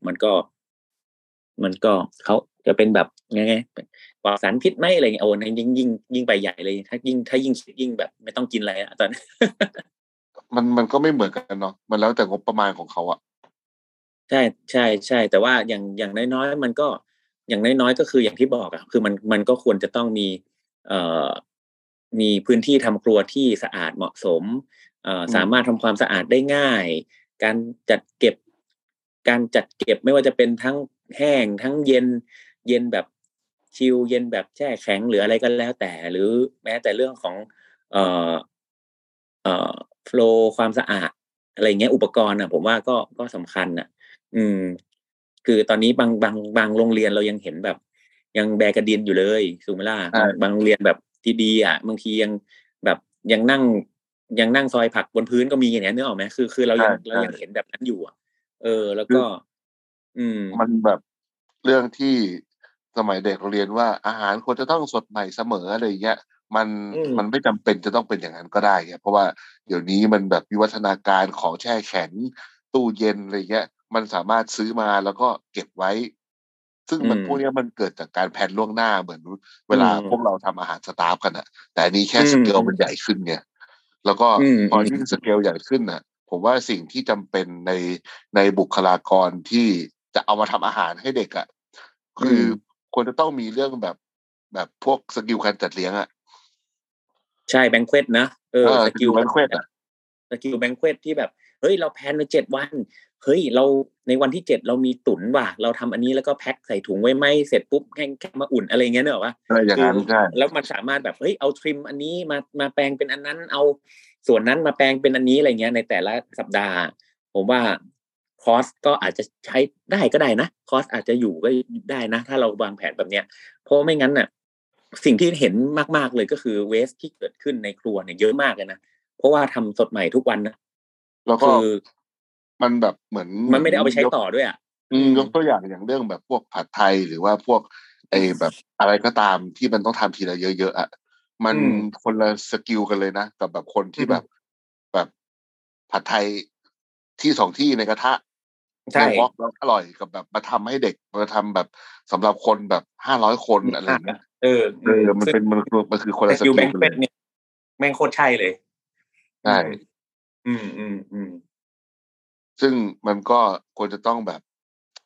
มันก็เขาจะเป็นแบบไงปลอดสารพิษไหมอะไรเงี้ยโอ้ยิ่งไปใหญ่เลยถ้ายิ่งแบบไม่ต้องกินอะไรอะตอนนี้มันก็ไม่เหมือนกันเนาะมันแล้วแต่งบประมาณของเขาอะใช่ใช่ใช่แต่ว่าอย่างน้อยๆมันก็อย่างน้อยๆก็คืออย่างที่บอกอะคือมันก็ควรจะต้องเอ่อมีพื้นที่ทำครัวที่สะอาดเหมาะสมสามารถทำความสะอาดได้ง่ายการจัดเก็บการจัดเก็บไม่ว่าจะเป็นทั้งแห้งทั้งเย็นแบบชิลเย็นแบบแช่แข็งหรืออะไรก็แล้วแต่หรือแม้แต่เรื่องของเอ่อเอ่อโฟลว์ความสะอาดอะไรเงี้ยอุปกรณ์อะผมว่าก็สำคัญน่ะ อืมคือตอนนี้บางโรงเรียนเรายังเห็นแบบยังแบกระดินอยู่เลยถูกไหมล่ะบางโรงเรียนแบบที่ดีอ่ะบางทียังแบบยังนั่งซอยผักบนพื้นก็มีอย่างเงี้ยนึกออกไหมคือเรายังเห็นแบบนั้นอยู่อ่ะแล้วก็มันแบบเรื่องที่สมัยเด็กเราเรียนว่าอาหารควรจะต้องสดใหม่เสมออะไรเงี้ยมันมันไม่จำเป็นจะต้องเป็นอย่างนั้นก็ได้ไงเพราะว่าเดี๋ยวนี้มันแบบวิวัฒนาการของแช่แข็งตู้เย็นอะไรเงี้ยมันสามารถซื้อมาแล้วก็เก็บไว้ซึ่งมันพวกนี้มันเกิดจากการแผนล่วงหน้าเหมือนเวลาพวกเราทำอาหารสตาฟกันอะแต่อันนี้แค่สเกลมันใหญ่ขึ้นไงแล้วก็พอยิ่งสเกลใหญ่ขึ้นน่ะผมว่าสิ่งที่จำเป็นในบุคลากรที่จะเอามาทำอาหารให้เด็กอ่ะคือควรจะต้องมีเรื่องแบบพวกสกิลการจัดเลี้ยงอ่ะใช่แบงเควตนะสกิลแบงเควตอ่ะสกิลแบงเควตที่แบบเฮ้ยเราแพลนไว้7 วันเฮ้ยเราในวันที่7เรามีตุ๋นว่ะเราทำอันนี้แล้วก็แพ็คใส่ถุงไว้ไหมเสร็จปุ๊บแค่มาอุ่นอะไรเงี้ยเนอะวะอะไรอย่างนั้นใช่แล้วมันสามารถแบบเฮ้ยเอาทริมอันนี้มาแปลงเป็นอันนั้นเอาส่วนนั้นมาแปลงเป็นอันนี้อะไรเงี้ยในแต่ละสัปดาห์ผมว่าคอสก็อาจจะใช้ได้ก็ได้นะคอสอาจจะอยู่ก็ได้นะถ้าเราวางแผนแบบเนี้ยเพราะไม่งั้นน่ะสิ่งที่เห็นมากๆเลยก็คือเวสที่เกิดขึ้นในครัวเนี่ยเยอะมากเลยนะเพราะว่าทำสดใหม่ทุกวันนะแล้วก็คือมันแบบเหมือนมันไม่ได้เอาไปใช้ต่อด้วยอ่ะยกตัวอย่างเรื่องแบบพวกผัดไทยหรือว่าพวกไอ้แบบอะไรก็ตามที่มันต้องทำทีละเยอะๆอ่ะมันคนละสกิลกันเลยนะกับแบบคนที่แบบผัดไทยที่2 ที่ในกระทะในใช่วอกแล้วอร่อยกับแบบมาทำให้เด็กมาทำแบบสำหรับคนแบบ500 คนอะไรเงี้ยมันเป็นมันคือคนละสสกิลแบงกิลกันเลยค์เป็ดเนี่ยแม่งโคตรใช่เลยใช่อืมซึ่งมันก็ควรจะต้องแบบ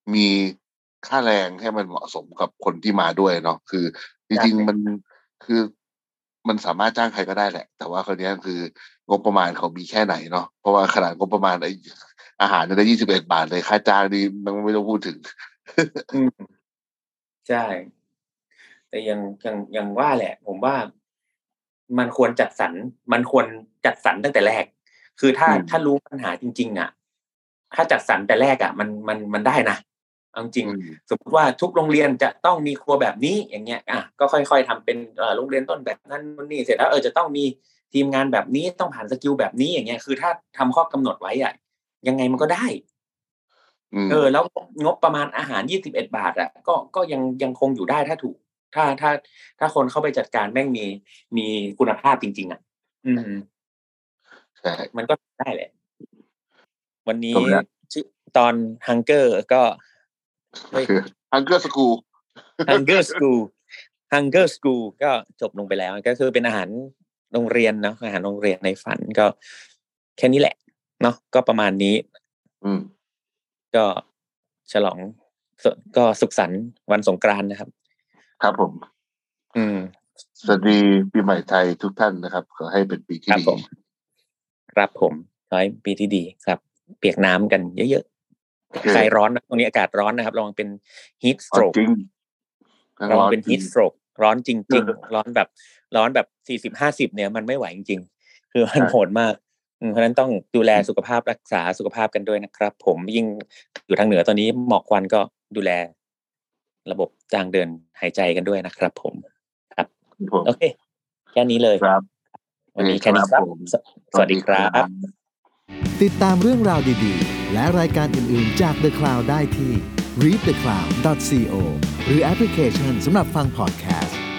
มีค่าแรงให้มันเหมาะสมกับคนที่มาด้วยเนาะคือจริงๆมันคือมันสามารถจ้างใครก็ได้แหละแต่ว่าคราวนี้คืองบประมาณเขามีแค่ไหนเนาะเพราะว่าขนาดงบประมาณอาหารได้21 บาทเลยค่าจ้างนี่มันไม่ต้องพูดถึงใช่แต่ยังว่าแหละผมว่ามันควรจัดสรรตั้งแต่แรกคือถ้ารู้ปัญหาจริงๆอ่ะถ้าจัดสรรแต่แรกอ่ะมันได้นะเอาจริงสมมติว่าทุกโรงเรียนจะต้องมีครัวแบบนี้อย่างเงี้ยก็ค่อยๆทำเป็นโรงเรียนต้นแบบนั้นนี่เสร็จแล้วจะต้องมีทีมงานแบบนี้ต้องผ่านสกิลแบบนี้อย่างเงี้ยคือถ้าทำข้อกำหนดไว้อ่ะยังไงมันก็ได้แล้วงบประมาณอาหาร21 บาทอ่ะก็ยังคงอยู่ได้ถ้าถูกถ้าคนเข้าไปจัดการแม่งมีคุณภาพจริงๆอ่ะใช่มันก็ได้แหละวันนี้ตอนฮังเกอร์ก็ฮังเกอร์สกูลก็จบลงไปแล้วก็คือเป็นอาหารโรงเรียนเนาะอาหารโรงเรียนในฝันก็แค่นี้แหละเนาะก็ประมาณนี้ก็ฉลองก็สุขสันต์วันสงกรานต์นะครับครับผมสวัสดีปีใหม่ไทยทุกท่านนะครับขอให้เป็นปีที่ดีครับผมขอให้ปีที่ดีครับเปียกน้ำกันเยอะๆใครร้อนตรงนี้อากาศร้อนนะครับระวังเป็น heat stroke ระวังเป็น heat stroke ร้อนจริงๆร้อนแบบ40-50เนี่ยมันไม่ไหวจริงๆคือมันโหดมากเพราะฉะนั้นต้องดูแลสุขภาพรักษาสุขภาพกันด้วยนะครับผมยิ่งอยู่ทางเหนือตอนนี้หมอกควันก็ดูแลระบบทางเดินหายใจกันด้วยนะครับผมครับโอเคแค่นี้เลยครับวันนี้แค่นี้ครับสวัสดีครับติดตามเรื่องราวดีๆและรายการอื่นๆจาก The Cloud ได้ที่ readthecloud.co หรือแอปพลิเคชันสำหรับฟังพอดแคสต์